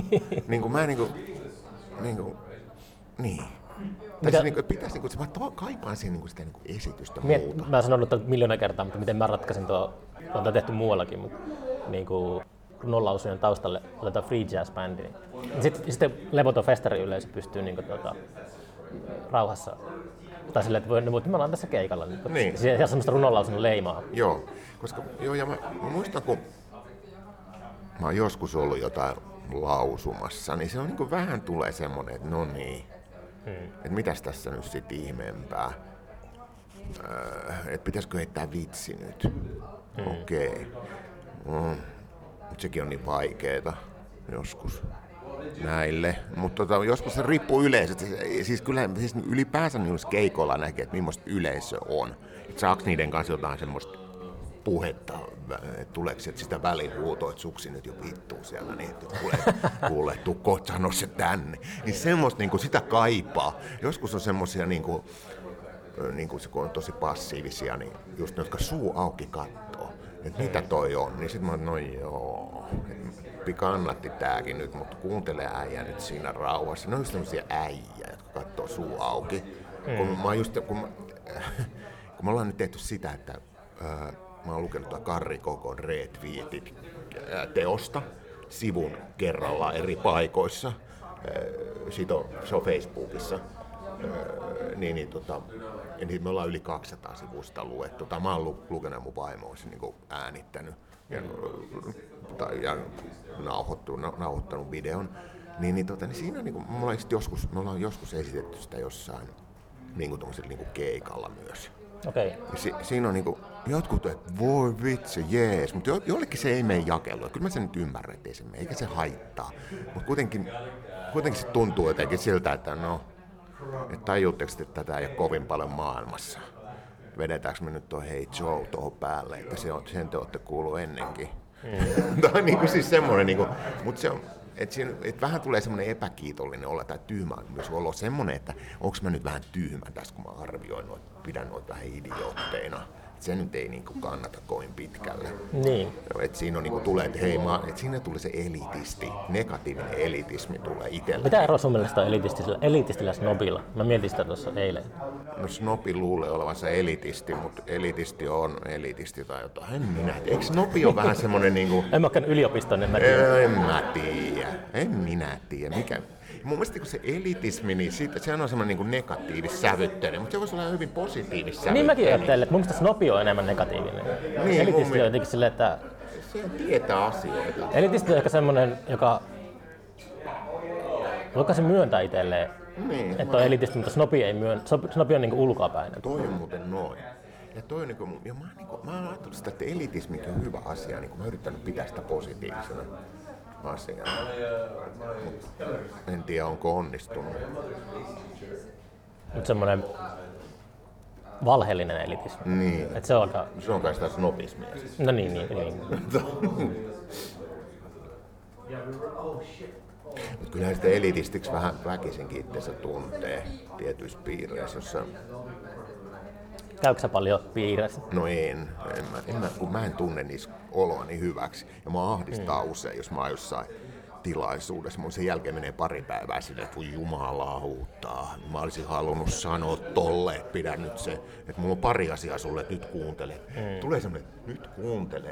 Niin. Pitäisi mä kaipaan siihen sitä esitystä muuta. Mä oon sanonut miljoona kertaa, mutta miten mä ratkaisin tuo, on tehty muuallakin, mutta niinku runolausujen taustalle otetaan free jazz bändi. Sitten levoton festariyleisö pystyy niinku rauhassa, tai silleen, että me ollaan tässä keikalla. Niin. Siellä on semmoista runolausun leimaa. Joo, koska ja mä muistan, kun mä oon joskus ollut jotain lausumassa, niin se on niinku vähän tulee semmonen, että no niin. Että mitäs tässä nyt sit ihmeempää, että pitäisikö heittää vitsi nyt, okei. Sekin on niin vaikeeta joskus näille, mutta joskus se riippuu yleisöstä, siis ylipäänsä niissä keikoilla näkee, että millaista yleisö on, että saako niiden kanssa jotain semmoista puhetta, että tuleeko sitä välihuutoa, että suksi nyt jo vittuu siellä, niin että kuule, tuu kohta sano se tänne. Niin semmoista niin sitä kaipaa. Joskus on semmoisia, niin kuin se, kun on tosi passiivisia, niin just ne, jotka suu auki kattoo, että mitä toi on. Niin sit mä oon, no joo, kannatti tääkin nyt, mutta kuuntele äijä nyt siinä rauhassa. Ne on just semmoisia äijä, jotka kattoo suu auki. Kun me ollaan nyt tehty sitä, että mä oon lukenut Karri Kokon retweetit teosta sivun kerrallaan eri paikoissa. Se on Facebookissa. Niin me ollaan yli 200 sivusta luettu. Mä oon lukenut, mun vaimo olisi niin äänittänyt ja nauhoittanut videon. Niin siinä niin me ollaan joskus esitetty sitä jossain niin keikalla myös. Okay. Siinä on niinku jotkut, että voi vitsi, jees, mutta jollekin se ei mene jakelua. Kyllä mä sen nyt ymmärrän, ettei se mene, eikä se haittaa. Mutta kuitenkin se tuntuu jotenkin siltä, että no, että tajuutteko, että tätä ei ole kovin paljon maailmassa. Vedetäänkö me nyt tuo Hey Joe tuohon päälle, että sen te olette kuullut ennenkin. Tämä on niinku siis semmoinen, niinku, mutta se on, että vähän tulee semmoinen epäkiitollinen olla tai tyhmä myös olo semmoinen, että onko mä nyt vähän tyhmä tässä, kun mä arvioin pidän noita vähän idiootteina. Se nyt ei niinku kannata kovin pitkälle. Niin. Et siinä on niinku tulee, että hei, et siinä tulee se elitisti, negatiivinen elitismi tulee itsellä. Mitä eroa sun mielestä on elitistillä ja snobilla? Mä mietin sitä tuossa eilen. No snobi luulee olevansa elitisti, mutta elitisti on elitisti tai jotain. En minä tiedä. Eikö snobi ole vähän semmonen niinku... En mä ole yliopiston, en mä tiedä. En minä tiedä. Mun mielestä kun se elitismi, niin sehän on semmoinen niin negatiivis-sävytteinen, mutta se voisi olla hyvin positiivis-sävytteinen. Niin mäkin ajattelen, että mun mielestä snobi on enemmän negatiivinen. Niin, elitisti on jotenkin silleen, että... Se tietää asioita. Elitisti on ehkä semmoinen, joka se myöntää itselleen, niin, että on elitisti, mutta snobi ei snobi on niin ulkoapäin. Toi on muuten noin. Ja toi on mä oon ajatellut sitä, että elitismikin on hyvä asia, niin mä oon yrittänyt pitää sitä positiivisena asiana. En tiedä, onko onnistunut. Mutta semmoinen valheellinen elitismi. Niin. Et se on aika... Se on kai sitä snobismia. Siis. No niin. Mutta kyllähän sitä elitistiksi vähän väkisinkin itsensä tuntee tietyissä piireissä, jossa... Käykö sä paljon piireissä? No kun mä en tunne niissä oloani hyväksi. Ja mä ahdistaa usein, jos mä oon jossain tilaisuudessa. Mun sen jälkeen menee pari päivää silleen, että voi jumalautaa. Mä olisin halunnut sanoa tolle, että pidä nyt se, että mulla on pari asiaa sulle, että nyt kuuntelet. Tulee semmoinen, että nyt kuuntelet.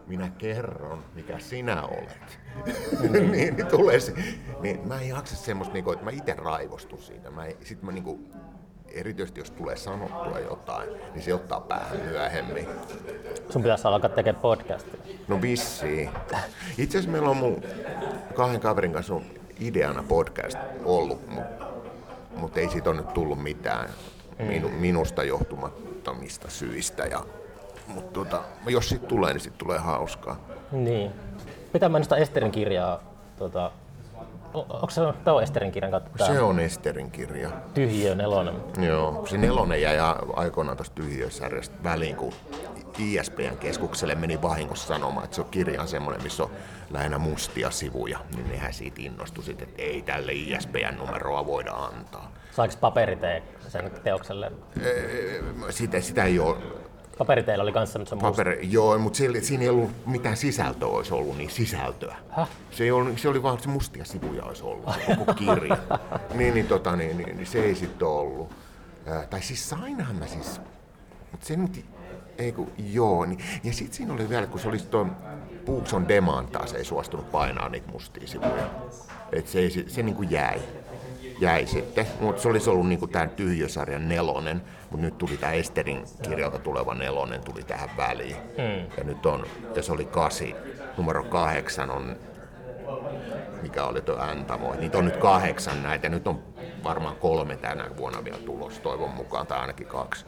minä kerron, mikä sinä olet. niin tulee se. Niin mä en jaksa semmoista, että mä itse raivostun siitä. Sitten mä erityisesti jos tulee sanottua jotain, niin se ottaa päähän myöhemmin. Sun pitäisi alkaa tekemään podcastia. No vissiin. Itse asiassa meillä on mun 2 kaverin kanssa ideana podcast ollut, mutta ei siitä ole nyt tullut mitään minusta johtumattomista syistä. Mutta jos siitä tulee, niin siitä tulee hauskaa. Niin. Pitää mainostaa Esterin kirjaa. Onko se Esterin kirjan kautta? Se on Esterin kirja. Tyhjiö 4. Joo, se 4 jäi aikoinaan tuosta Tyhjiösarjasta väliin, kun ISB:n keskukselle meni vahingossa sanomaan, että se on kirjan semmoinen, missä on lähinnä mustia sivuja, niin nehän siitä innostui, että ei tälle ISB:n numeroa voida antaa. Saiko paperitee sen teokselle? Sitä ei ole. Paperiteillä oli kanssa nyt se musta. Joo, mutta siinä ei ollut mitään sisältöä olisi ollut, niin sisältöä. Se oli vaan se mustia sivuja olisi ollut, se koko kirja. niin se ei sitten ollut. Tai siis sainhan mä siis, mutta se nyt, niin. Ja sitten siinä oli vielä, kun se olisi tuo Puukson Deman taas ei suostunut painaa niitä mustia sivuja. Että se niin kuin jäi sitten, mutta se olisi ollut niinku tämän Tyhjiösarjan 4, mutta nyt tuli tämä Esterin kirjalta tuleva 4 tuli tähän väliin. Ja nyt ja se oli 8. Numero 8 on, mikä oli tuo Äntamo. Niitä on nyt 8 näitä ja nyt on varmaan 3 tänä vuonna vielä tulossa toivon mukaan, tai ainakin 2.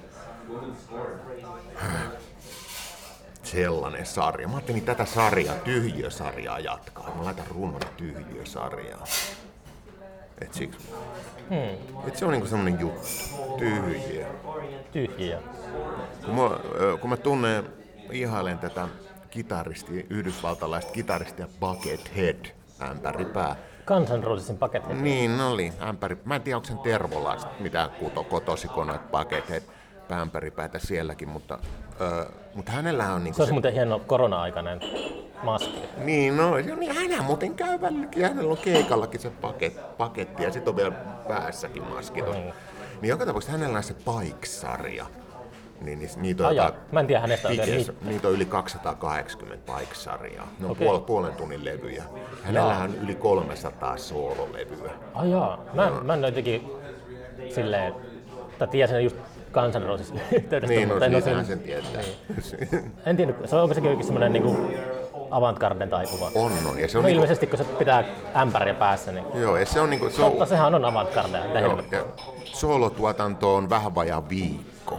Sellainen sarja. Mä ajattelin tätä Tyhjiösarjaa jatkaa. Mä laitan runon Tyhjiösarjaa. Et se on niinku semmonen juttu. Tyhjiö. Kun mä ihailen tätä yhdysvaltalaista kitaristia Buckethead, ämpäripää. Guns N' Rosesin Buckethead. Niin oli, ämpäri. Mä en tiedä, onko sen tervolaista mitään kotosikonoita Buckethead, ämpäripäätä sielläkin, mutta hänellä on niinku se olisi muuten hieno korona-aikainen maski. Niin, no, hän muuten käyvälläkin, hänellä on keikallakin se paketti ja sitten on vielä päässäkin maski. Niin joka tapauksessa hänellä on se Pike-sarja. Niin, niitä on mä en tiedä hänestä oikein. Niitä on yli 280 Pike-sarjaa. Ne on puolen tunnin levyjä. Hänellähän on yli 300 soololevyä. Mä en jotenkin silleen, tai tiesin just Guns N' Rosesin yhteydestä. Niin, siitähän sen tietää. Niin. En tiedä, onko sekin oikein semmoinen niinku avantgarden taipuva. On. Ja se on ilmeisesti, kun se pitää ämpäriä päässä, niin. Joo, ja se on niinku. Totta, sehän on avantgardea. Soolotuotanto on vähän vajaa viikko.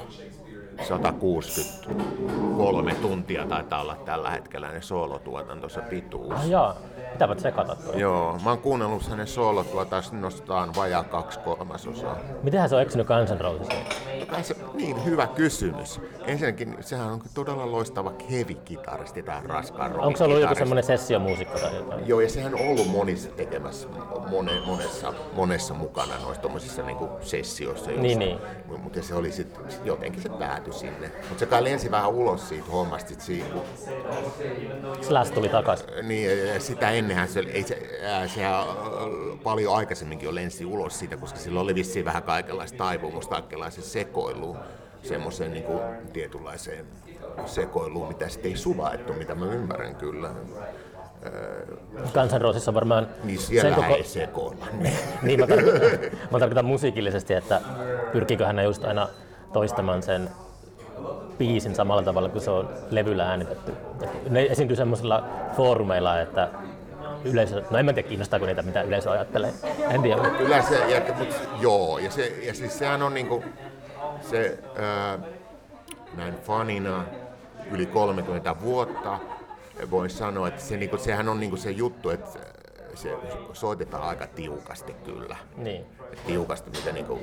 163 tuntia taitaa olla tällä hetkellä ne soolotuotantonsa pituus. Pitääpä tsekata tuo. Joo, mä oon kuunnellut hänen soolotuotannostaan vajaa 2/3. Mitenhän se on eksynyt Guns N' Rosesiin? Niin, hyvä kysymys. Ensinnäkin sehän on todella loistava heavy-kitaristi tai raskaan rock. Onko se ollut joku semmoinen sessiomuusikko tai jotain? Joo, ja sehän on ollut monissa tekemässä, monessa mukana noissa tommosissa niinku sessioissa. Niin. Mutta se oli sitten jotenkin se päätyi sinne. Mutta se kai lensi vähän ulos siitä hommasta siinä, kun Slash tuli takas. Niin, sitä ennenhän sehän paljon aikaisemminkin jo lensi ulos siitä, koska sillä oli vissiin vähän kaikenlaista taipumusta, kaikenlaisen sekoiluun, semmoiseen niin kuin tietynlaiseen sekoiluun, mitä sitten ei suvaittu, mitä mä ymmärrän kyllä. Guns N' Rosesissa varmaan. Niin siellä ei sekoilla. Niin, mä tarkoitan musiikillisesti, että pyrkiikö hän just aina toistamaan sen biisin samalla tavalla kuin se on levyllä äänitetty. Ne esiintyy semmoisilla foorumeilla, että yleisö, no en mä tiedä kiinnostaako niitä, mitä yleisö ajattelee. En tiedä. Kyllä se, ja siis sehän on niinku se näin fanina yli 30 vuotta voin sanoa, että sehän on niinku se juttu, että se soitetaan aika tiukasti kyllä. Niin. Tiukasti, mitä niinku,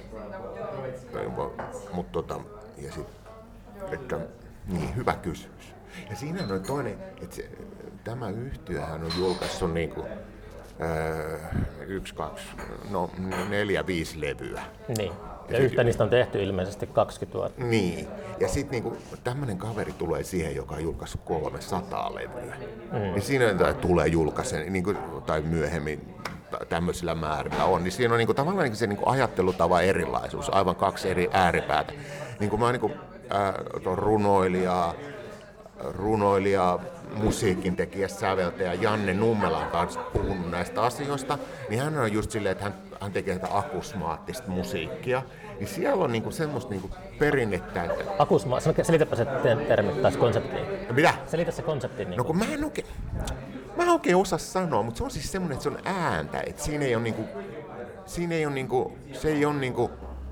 mutta ja sit, että niin, hyvä kysymys. Ja siinä on toinen, että tämä yhtiöhän on julkaissut niinku 1, 2, 4, 5 levyä. Niin. Ja yhtä niistä on tehty ilmeisesti 20 vuotta. Niin. Ja sitten niinku, tämmöinen kaveri tulee siihen, joka on julkaissut 300 levyä. Niin siinä tulee julkaisen, niinku, tai myöhemmin tämmöisillä määrillä on. Niin siinä on niinku, tavallaan se niinku, ajattelutavan erilaisuus, aivan 2 eri ääripäätä. Niinku, mä oon niinku, runoilija, runoilija, musiikintekijä, säveltäjä Janne Nummelan kanssa puhunut näistä asioista, niin hän on just silleen, että hän tekee tätä akusmaattista musiikkia. Niin siellä on niinku semmoista niinku perinnettä, että... Selitäpä se termi tai konsepti. Mitä? Selitä se konsepti. Niinku. No kun mä en oikein osaa sanoa, mutta se on siis semmoinen, että se on ääntä, että siinä ei ole niinku,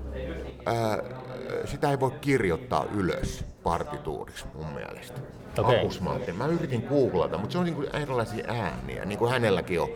sitä ei voi kirjoittaa ylös partituuriksi mun mielestä. Okay. Akusmaattinen. Mä yritin googlata, mutta se on niinku erilaisia ääniä, niin kuin hänelläkin on.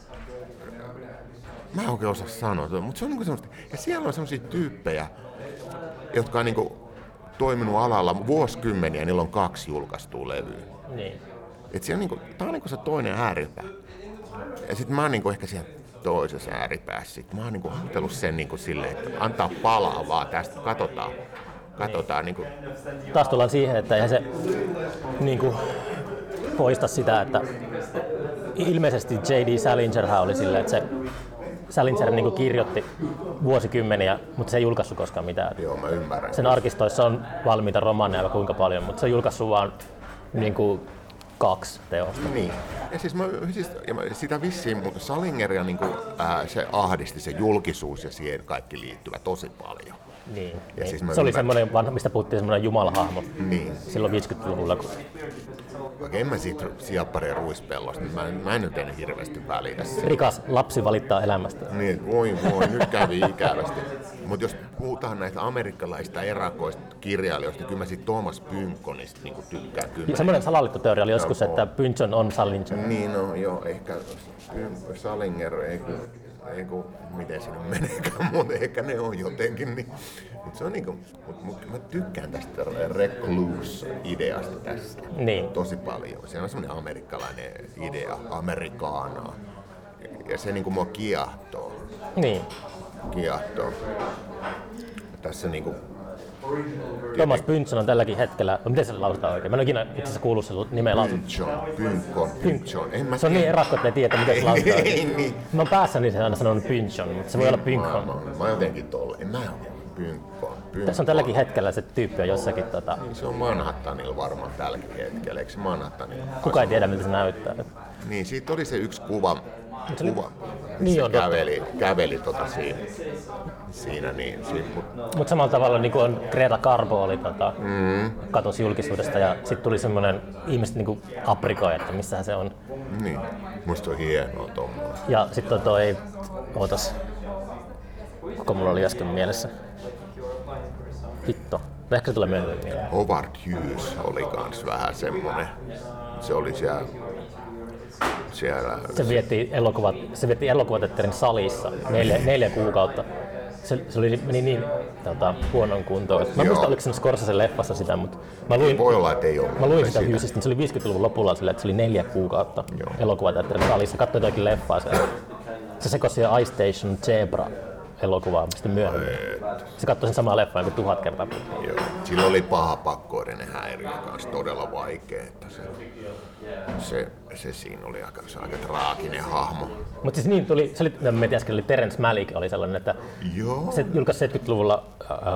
Mä en oikein osaa sanoa, mutta se on niinku semmoista. Ja siellä on semmoisia tyyppejä, jotka on niinku toiminut alalla vuosikymmeniä, niillä on 2 julkaistua levyä. Niin. Et siellä niinku, tää on niinku se toinen ääripää. Ja sit mä oon niinku ehkä siellä toisessa ääripäässä. Sit mä oon niinku ajatellut sen niinku silleen, että antaa palaa vaan tästä, katsotaan niinku. Taas tullaan siihen, että eihän se niinku poista sitä, että ilmeisesti J.D. Salingerhan oli silleen, että se Salinger niinku kirjoitti vuosikymmeniä, mutta se ei julkaissut koskaan mitään. Joo, mä ymmärrän. Sen arkistoissa on valmiita romaaneja kuinka paljon, mutta se on julkaissut vaan niinku 2 teosta. Niin. Ja siis sitä vissiin, mutta Salingeria niinku, se ahdisti se julkisuus ja siihen kaikki liittyvä tosi paljon. Niin. Ja siis se oli semmoinen vanha, mistä puhuttiin semmoinen jumalahahmo niin. Silloin 50-luvulla. Vaikka en mä siitä siappareen ruispellosta, mä en nyt enää hirveästi välitä. Rikas lapsi valittaa elämästä. Niin, voi, nyt kävi ikävästi. Mutta jos puhutaan näistä amerikkalaisista erakoista kirjailijoista, niin kyllä mä siitä Thomas Pynchonista niin tykkään. Semmoinen salaliittoteoria oli joskus, että Pynchon on Salinger. Niin, no joo, ehkä Salinger, ei kun miten se nyt meneekään, mutta ehkä ne on jotenkin. Niin. Mutta se on niinku, mä tykkään tästä recluse-ideasta tästä niin. Tosi paljon. Se on semmoinen amerikkalainen idea, amerikaanaa. Ja se niinku mua kiehtoo. Niin. Kiehtoo. Tässä niinku... Thomas Pynchon on tälläkin hetkellä, miten se lausutaan oikein? Mä en ole ikinä itse asiassa kuullut sen nimeä lausutaan. Pynchon. Se on niin erakko, että ei tiedä, miten se lausutaan oikein. Niin. Mä oon päässäni sen aina sanonut Pynchon, mutta se voi olla Pynchon. Mä oon jotenkin tolle. En mä ole Pynchon. Tässä on tälläkin hetkellä se tyyppi on jossakin Niin se on Manhattanilla varmaan tälläkin hetkellä, eikö se Manhattanilla? Kuka ei tiedä, miltä se näyttää. Niin, siitä oli se yksi kuva. Niin se on käveli siinä niin. Mutta samalla tavalla niin kuin on Greta Garbo oli katosi julkisuudesta ja sitten tuli semmoinen ihmiset niin aprikoi, että missähän se on. Niin, musta on hienoa tommoinen. Ja sitten koko mulla oli äsken mielessä. Hitto. Ehkä se tulee myöhemmin mieleen. Howard Hughes oli kans vähän semmonen. Se oli siellä. Se vietti elokuvateatterin salissa 4 kuukautta. Se meni niin huonon kuntoon. Mä muistan, oliko se Scorsese leffassa sitä, mutta mä luin, voi olla, että ei ollut. Mä luin sitä Hughesista, niin se oli 50-luvun lopulla sille, että se oli 4 kuukautta elokuvateatterin salissa. Katsoin jotakin leffaa siellä. Se sekosi siihen Ice Station Zebra elokuvaa sitten myöhemmin. Se katsoi sen samaa leffaa kuin 1000 kertaa. Joo. Sillä oli paha pakkoirinen häiriö kanssa, todella vaikea. Että se siinä oli aika traaginen hahmo. Mutta siis niin tuli, se oli, me äsken oli Terence Malick oli sellainen, että se julkaisi 70-luvulla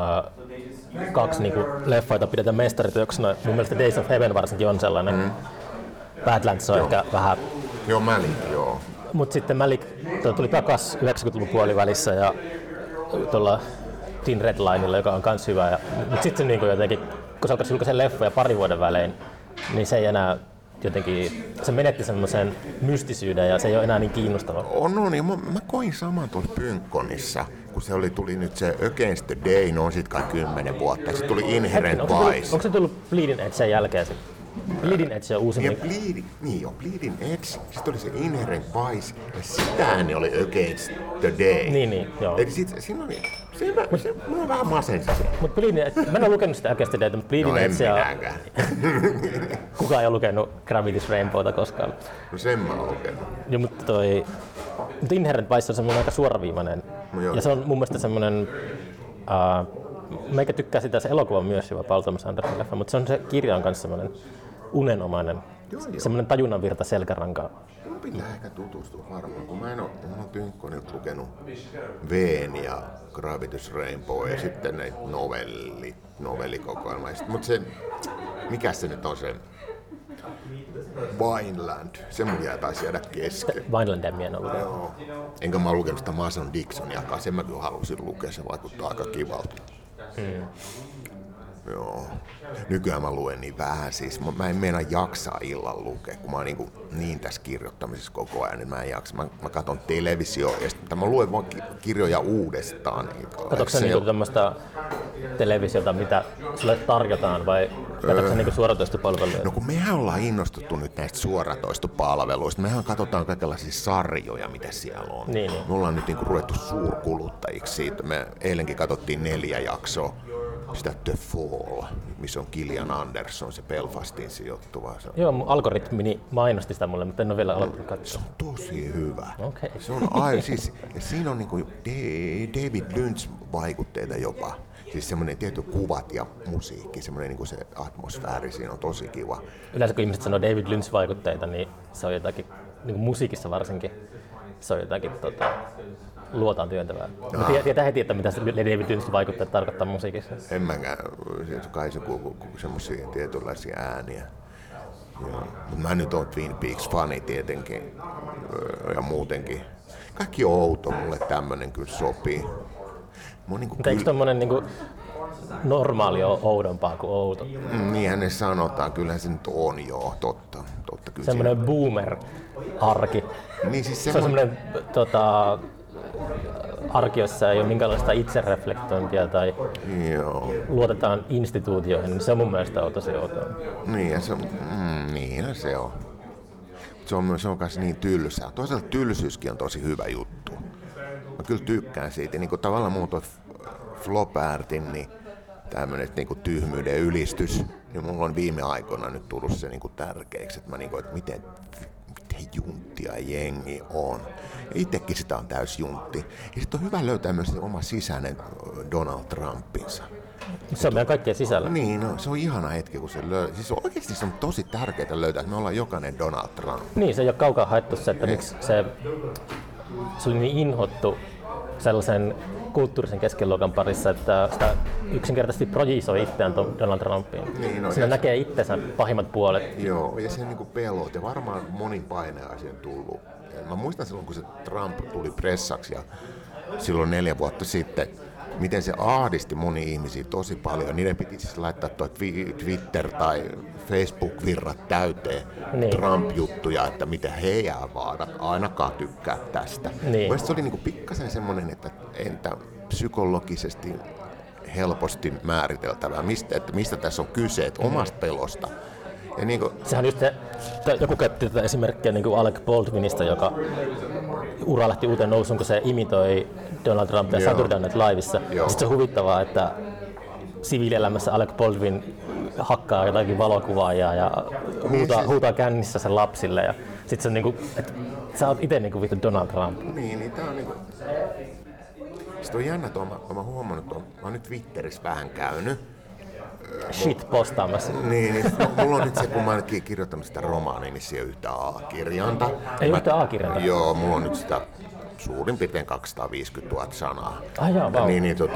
2 niinku leffaa, joita pidetään mestarityöksena. Mun mielestä Days of Heaven varsinkin on sellainen. Badlands on ehkä vähän... Joo, Malick, joo. Mutta sitten Malick tuli takas 90-luvun puolivälissä ja tuolla Thin Red Linella, joka on kans hyvä. Mutta sitten se niinku jotenkin, kun se alkoi julkaisen leffoja 2 vuoden välein, niin se ei enää jotenkin, se menetti semmoisen mystisyyden ja se ei ole enää niin kiinnostava. No niin, mä koin saman tuossa Pynchonissa, kun se tuli nyt se Against the Day, no on sit kai 10 vuotta, sitten tuli Inherent Vice. Onko se tullut Bleeding Edge sen jälkeen sitten? Bleeding Edge on uusi. Bleeding Edge, sitten oli se Inherent Vice ja sitähän oli Against the Day. Niin, joo. Eli sit siinä oli... Se on vähän masensi. Mut mä en ole lukenut sitä Against the Dayta, mutta Bleeding Edge kukaan ei ole lukenut Gravity's Rainbowta koskaan. No sen mä oon lukenut. Joo, mutta Inherent Vice on semmoinen aika suoraviivainen. No, ja se on mun mielestä semmoinen... Meikä tykkää sitä, se elokuva on myös hyvä, Paul Thomas Anderson leffa, mutta se kirja on myös semmoinen unenomainen. Semmoinen tajunnanvirta selkärankaa. Mun pitää ehkä tutustua varmaan, kun mä oon Pynchonilta lukenut Veen ja Gravity's Rainbow ja sitten näitä novellikokoelmaa. Mutta se, mikä se nyt on se Vineland. Se mun jää taisi jäädä kesken. Vinelandia mien ollut. Joo. Enkä mä lukenut sitä Mason Dixoniakaan. Sen mä kyllä halusin lukea. Se vaikuttaa aika kivalta. Joo. Nykyään mä luen niin vähän siis. Mä en meinaa jaksaa illan lukea, kun mä oon niin tässä kirjoittamisessa koko ajan, niin mä en jaksa. Mä katson televisioa ja sitten mä luen vaan kirjoja uudestaan. Katsotko sä tämmöistä televisiota, mitä sulle tarjotaan, vai katsotko sä suoratoistopalveluja? No kun mehän ollaan innostuttu nyt näistä suoratoistopalveluista. Mehän katsotaan kaikenlaisia sarjoja, mitä siellä on. Niin. Me ollaan nyt ruvettu suurkuluttajiksi siitä. Me eilenkin katsottiin 4 jaksoa. Sitä The Fall, missä on Gillian Anderson, se Belfastiin sijoittuva. Joo, mun algoritmini mainosti sitä mulle, mutta en ole vielä aloittanut katsoa. Se on tosi hyvä. Okay. Se on siis, ja siinä on David Lynch-vaikutteita jopa. Siis semmoinen tietty kuvat ja musiikki, semmoinen se atmosfääri siinä on tosi kiva. Yleensä kun ihmiset sanoo David Lynch-vaikutteita, niin se on jotakin, musiikissa varsinkin, se on jotakin luotaan työntävää. Tietää heti, että mitä se David Lynch-vaikutteet tarkoittaa musiikissa. En mäkään, kai se kuuluu semmoisia tietynlaisia ääniä. Mä nyt oon Twin Peaks-fani tietenkin ja muutenkin. Kaikki outo, mulle tämmönen kyllä sopii. Mutta eikö tommonen normaali ole oudompaa kuin outo? Niinhän ne sanotaan, kyllähän se nyt on joo, totta kyllä. Semmoinen boomer-arki. Niin, siis se on semmoinen arki, jossa ei ole minkäänlaista itsereflektointia tai luotetaan instituutioihin, niin se on mun mielestä tosi outoa. Niin, se on. Se on myös niin tylsää. Toisaalta tylsyyskin on tosi hyvä juttu. Mä kyllä tykkään siitä. Niin tavallaan muun Flopärtin, niin tämmönen tyhmyyden ylistys. Niin mulla on viime aikoina nyt tullut se tärkeäksi, että että miten junttia jengi on. Ja itsekin sitä on täys juntti. Ja sitten on hyvä löytää myös oma sisäinen Donald Trumpinsa. Se on meidän kaikkien sisällä. Niin, no, se on ihana hetki, kun se löytää. Siis oikeasti se on tosi tärkeää löytää, että me ollaan jokainen Donald Trump. Niin, se ei ole kaukaa haettu se, että miksi se oli niin inhottu sellaisen kulttuurisen keskiluokan parissa, että sitä yksinkertaisesti projisoi itseään Donald Trumpiin. Niin, no, siinä näkee itsensä pahimmat puolet. Joo, ja se pelot, ja varmaan monin painajaisiin tullut. Mä muistan silloin, kun se Trump tuli pressaksi ja silloin 4 vuotta sitten, miten se ahdisti moni ihmisiä tosi paljon. Niiden piti siis laittaa tuo Twitter- tai Facebook-virrat täyteen Trump-juttuja, että mitä he jää vaadat, ainakaan tykkää tästä. Niin. Se oli pikkasen semmoinen, että entä psykologisesti helposti määriteltävää, mistä tässä on kyse, että omasta pelosta. Ja sehän just joku käytti tätä esimerkkiä Alec Baldwinista, joka ura lähti uuteen nousuun, kun se imitoi Donald Trumpia Saturday Night Livessa. Sitten se on huvittavaa, että siviilielämässä Alec Baldwin hakkaa jotakin valokuvaajaa ja huutaa kännissä sen lapsille. Ja sitten se on että sä oot ite vittu Donald Trump. Niin tää on Sitten on jännä, että mä huomannut, että mä oon nyt Twitterissä vähän käynyt. Shit postaamassa. Niin, mulla on nyt se, kun mä oon kirjoittanut sitä romaania, niin siellä yhtä A-kirjainta. Ei yhtä A-kirjainta? Joo, mulla on nyt sitä suurin piirtein 250 000 sanaa. Vau.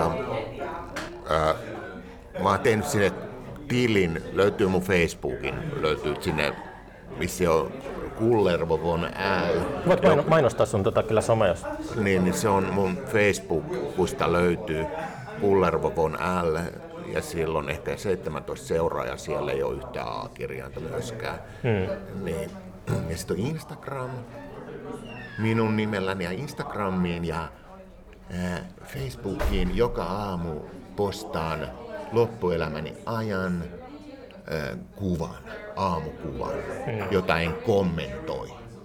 Mä oon tehnyt sinne tilin, löytyy mun Facebookin, löytyy sinne, missä on Kullervo von Äl. Voit mainostaa sun kyllä some, jos... Niin se on mun Facebookista löytyy Kullervo von Äl. Ja silloin ehkä 17 seuraajaa, siellä ei ole yhtään A-kirjainta myöskään. Niin. Ja sitten on Instagram minun nimelläni ja Instagramiin ja Facebookiin joka aamu postaan loppuelämäni ajan aamukuvan, jota en kommentoi.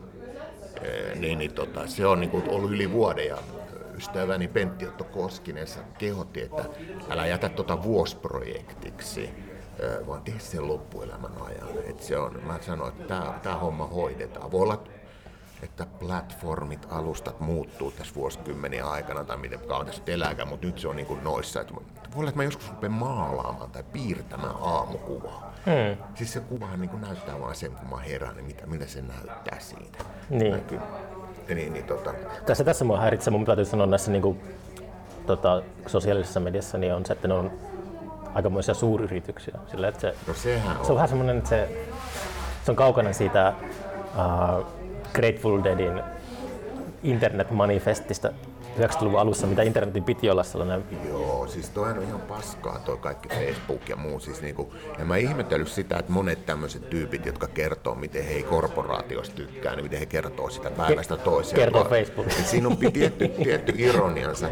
Se on ollut yli vuoden ja ystäväni Pentti Otto Koskinen kehotti, että älä jätä vuosiprojektiksi, vaan tee sen loppuelämän ajan. Mä sanoin, että tämä homma hoidetaan. Voi olla, että platformit, alustat muuttuu tässä vuosikymmenien aikana tai miten kauan tässä elääkään, mutta nyt se on noissa. Voi olla, että mä joskus rupean maalaamaan tai piirtämään aamukuvaa. Siis se kuvahan näyttää vaan sen, kun mä herään, niin mitä se näyttää siitä. Niin. Tässä mua häiritsee, mun täytyy sanoa näissä sosiaalisessa mediassa, niin on se, että ne on aikamoisia suuryrityksiä. Sillä, että se on vähän semmoinen, että se on kaukana siitä Grateful Deadin internet-manifestista 90-luvun alussa, mitä internetin piti olla sellainen. Joo, siis toihan on ihan paskaa toi kaikki Facebook ja muu. Siis niinku, ja mä ihmetellyt sitä, että monet tämmöiset tyypit, jotka kertoo, miten he ei korporaatiosta tykkää, niin miten he kertoo sitä päivästä toiseen. Kertoo Facebookissa. Siinä on tietty ironiansa.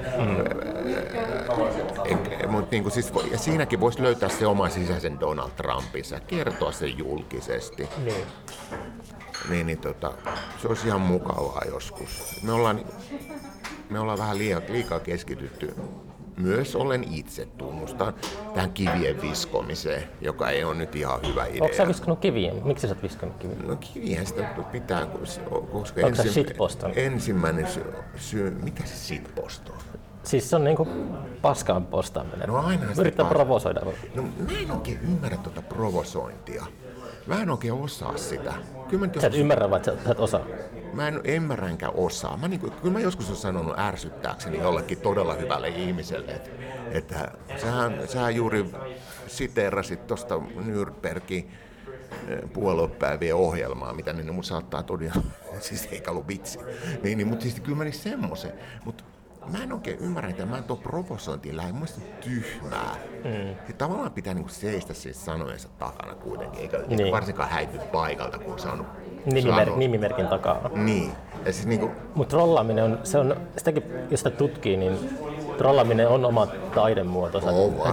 Mut niinku siis, ja siinäkin voisi löytää se oma sisäisen Donald Trumpinsa, kertoa sen julkisesti. Niin, se olisi ihan mukavaa joskus. Me ollaan vähän liikaa keskitytty, myös olen itse tunnustan, tähän kivien viskomiseen, joka ei ole nyt ihan hyvä idea. Onko sä viskonut kiviä? Miksi sä oot viskonut kiviä? No kivihän sitä pitää, koska ensimmäinen syy, mitä se shitpost on? Siis se on niinku paskaan postaaminen. No aina yrittää provosoida. No mä en oikein ymmärrä tuota provosointia. Mä en oikein osaa sitä. Sä et ymmärrä, vai sä et osaa? Mä en ymmärrä enkä osaa. Kyllä mä joskus olen sanonut ärsyttääkseni jollekin todella hyvälle ihmiselle, että sähän juuri siteerasit tuosta Nürnbergin puoluepäivien ohjelmaa, mitä ne mun saattaa todella, siis eikä ollut vitsi. Niin, mutta siis kyllä meni semmoisen. Mä en oikein ymmärrä, että mä en tuon provosointiin lähde. Mun mielestä on tyhmää. Ja tavallaan pitää niinku seistä siis sanojensa takana kuitenkin, eikä varsinkaan häipy paikalta, kun se on nimimerkin takaa. Niin. Ja siis niinku... Mutta trollaaminen sitäkin jos sitä tutkii, niin trollaaminen on oma taidemuotonsa.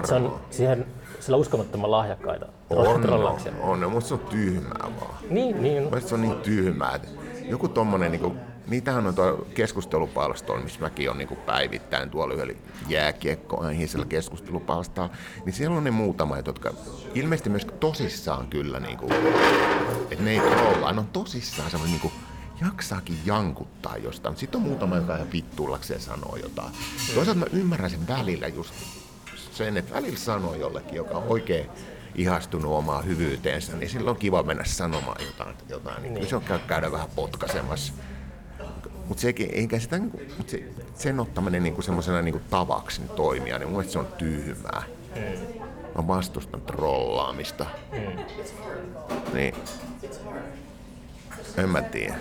Sillä on uskomattoman lahjakkaita trollauksia. On, mutta se on tyhmää vaan. Niin. Mielestäni se on niin tyhmää. Joku tommonen niinku... Niitähän on tuo keskustelupalstoilla, missä mäkin on niinku päivittäin tuolla yhdellä jääkiekkoaiheisella keskustelupalstalla, niin siellä on ne muutamat, jotka ilmeisesti myös tosissaan kyllä, niinku, että ne ei trollaa, ne on tosissaan semmoinen niinku, jaksaakin jankuttaa jostain, mutta sitten on muutama, joka ihan vittuillakseen sanoo jotain. Toisaalta mä ymmärrän sen välillä just sen, että välillä sanoo jollekin, joka on oikein ihastunut omaan hyvyyteensä, niin silloin on kiva mennä sanomaan jotain. Niin. Se on käydä vähän potkaisemassa. Mutta sen ottaminen niinku semmoisena niinku tavaksi toimia, niin mun mielestä se on tyhmää. Mä vastustan trollaamista. Niin. En mä tiedä.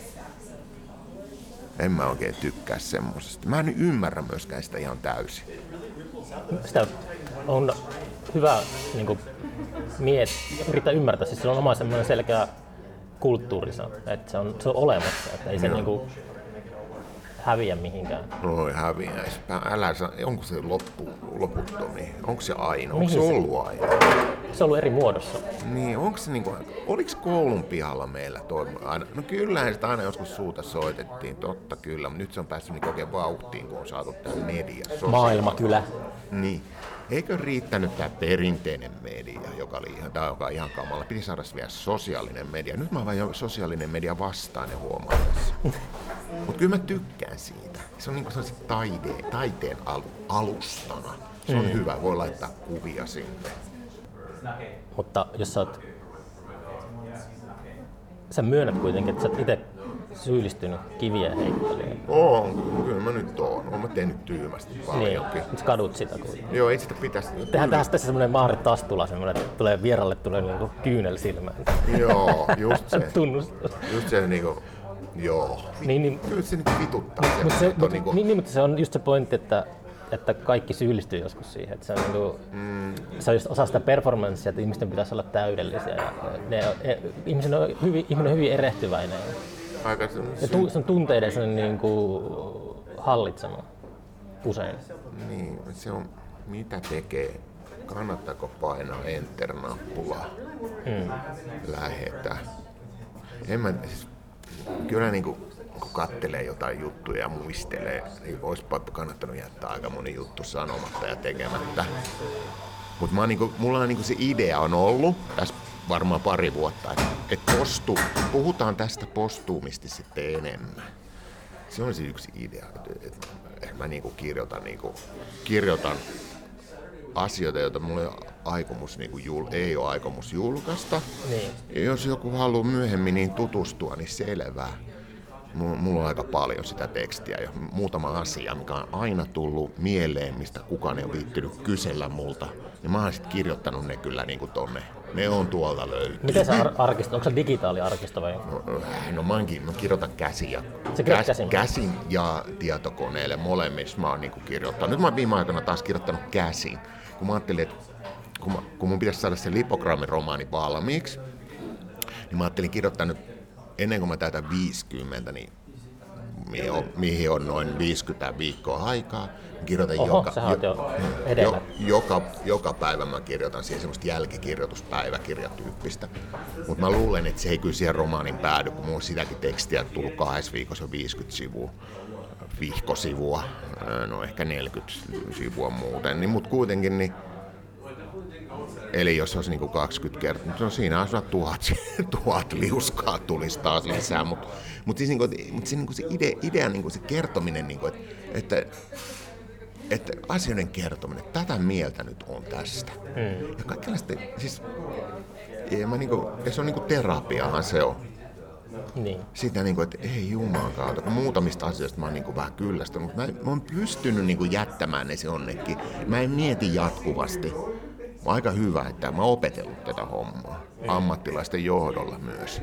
En mä oikein tykkää semmosesta. Mä en ymmärrä myöskään sitä ihan täysin. Sitä on hyvä niinku yrittää ymmärtää. Siis se on oma semmoinen selkeä kulttuurissa, että se on olemassa, että ei se niinku häviä mihinkään. No ei häviä. Onko se loputtomiin? Onko se aina? Onko se ollut aina? Se on ollut eri muodossa. Niin, onko se niinku, oliko koulun pihalla meillä aina? No kyllähän sitä aina joskus suuta soitettiin, totta kyllä, mutta nyt se on päässyt niin oikein vauhtiin, kun on saatu tähän media. Maailmakylä. Niin. Eikö riittänyt tämä perinteinen media, joka on ihan kamala? Piti saada vielä sosiaalinen media. Nyt mä oon vain sosiaalinen media vastainen huomaan tässä. Mutta kyllä mä tykkään siitä. Se on niin kuin taiteen alustana. Se on hyvä, voi laittaa kuvia sinne. Mutta jos sä myönnät kuitenkin, että sä oot itse syyllistynyt kivien heittelyyn. Kyllä mä nyt oon. Oon mä tehnyt tyhmästi paljonkin. Niin, kadut sitä kuitenkin. Joo, ei sitä pitäisi. Tehdään tässä semmoinen Maarit Tastula, semmoinen, että vieralle tulee niinku kyynel silmään. Joo, just se. Tunnustus. Just se niinku, joo. Niin, kyllä se nyt vituttaa. Mutta se on just se pointti, että kaikki syyllistyy joskus siihen. Että se on, niinku, se on just osa sitä performanssia, että ihmisten pitäisi olla täydellisiä. Ja ihminen on hyvin erehtyväinen. Se on tunteiden niinku hallitsema usein. Niin, se on mitä tekee. Kannattaako painaa enter-nappulaa? Lähetä. Kyllä niinku, kun kattelee jotain juttuja ja muistelee, niin olisi kannattanut jättää aika moni juttu sanomatta ja tekemättä. Mutta mulla on niinku se idea on ollut tässä varmaan pari vuotta, että puhutaan tästä postuumisti sitten enemmän. Se on se yksi idea, että mä niinku kirjoitan asioita, joita mulla ei ole aikomus julkaista. Niin. Ja jos joku haluaa myöhemmin niin tutustua, niin selvää. mulla on aika paljon sitä tekstiä ja muutama asia, mikä on aina tullut mieleen, mistä kukaan ei ole viittynyt kysellä multa. Ja mä oon sitten kirjoittanut ne kyllä niin kuin tonne. Ne on tuolta löytyy. Miten sä arkistot? Onko se digitaaliarkisto vai? No mä kirjoitan käsin ja tietokoneelle molemmissa mä oon niin kuin kirjoittanut. Nyt mä oon viime aikoina taas kirjoittanut käsin. Kun mä ajattelin, että kun mun pitäisi saada se Lipogrammin romaani valmiiksi, niin mä ajattelin kirjoittaa nyt ennen kuin mä täytän 50, niin mihin on noin 50 viikkoa aikaa. Kirjoitan joka päivä mä kirjoitan siihen semmoista jälkikirjoituspäiväkirjatyyppistä. Mutta mä luulen, että se ei kyllä siihen romaanin päädy, kun mulla on sitäkin tekstiä tullut 2 viikossa 50 sivua, vihkosivua, no ehkä 40 sivua muuten. Niin, mutta kuitenkin, niin, eli jos olisi niinku 20 kertaa, no siinä on 1000 liuskaa tulisi taas lisää, mutta siis se idea niinku se kertominen, niinku, että asioiden kertominen, tätä mieltä nyt on tästä. Ja kaikenlaista, siis se on niinku terapiahan se on. Niin. Sitä niinku, että ei jumalan kautta, kun muutamista asioista mä oon niinku vähän kyllästynyt, mutta mä oon pystynyt niinku jättämään ne jonnekin. Mä en mieti jatkuvasti. Aika hyvä, että mä oon opetellut tätä hommaa ammattilaisten johdolla myös.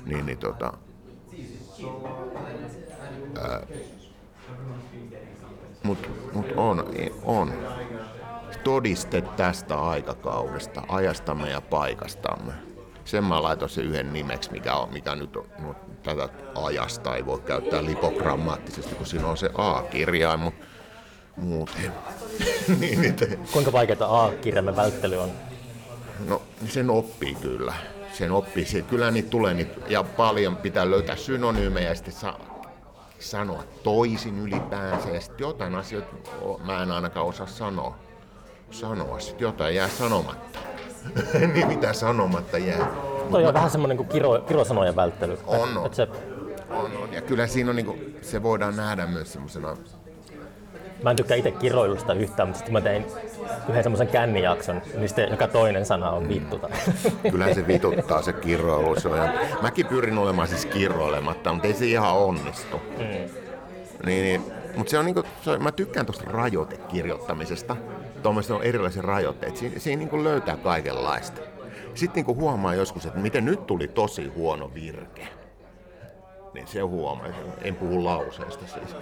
Mut on todiste tästä aikakaudesta, ajastamme ja paikastamme. Sen mä laitoin se yhden nimeksi, mikä nyt on, no, tätä ajasta ei voi käyttää lipogrammaattisesti, kun siinä on se A-kirjain, mutta muuten. Kuinka vaikeaa A-kirjaimen välttely on? No, sen oppii kyllä. Kyllä niitä tulee, ja paljon pitää löytää synonyymejä ja sitten sanoa toisin ylipäänsä. Ja sitten jotain asioita mä en ainakaan osaa sanoa. Sitten jotain jää sanomatta. Niin mitä sanomatta jää. Toi on vähän semmoinen kuin kirosanojen välttely. On. Ja kyllä siinä on se voidaan nähdä myös semmoisena. Mä en tykkää itse kiroilusta yhtään, mutta sitten mä tein yhden semmoisen kännijakson, niin sitten joka toinen sana on vittu. Kyllähän se vituttaa se kiroilu. Mäkin pyrin olemaan siis kiroilematta, mutta ei se ihan onnistu. Mutta se on mä tykkään tuosta rajoitekirjoittamisesta. Tuommoista on erilaisia rajoitteita. Siinä löytää kaikenlaista. Sitten huomaa joskus, että miten nyt tuli tosi huono virke. Niin se huomaa. En puhu lauseesta siis.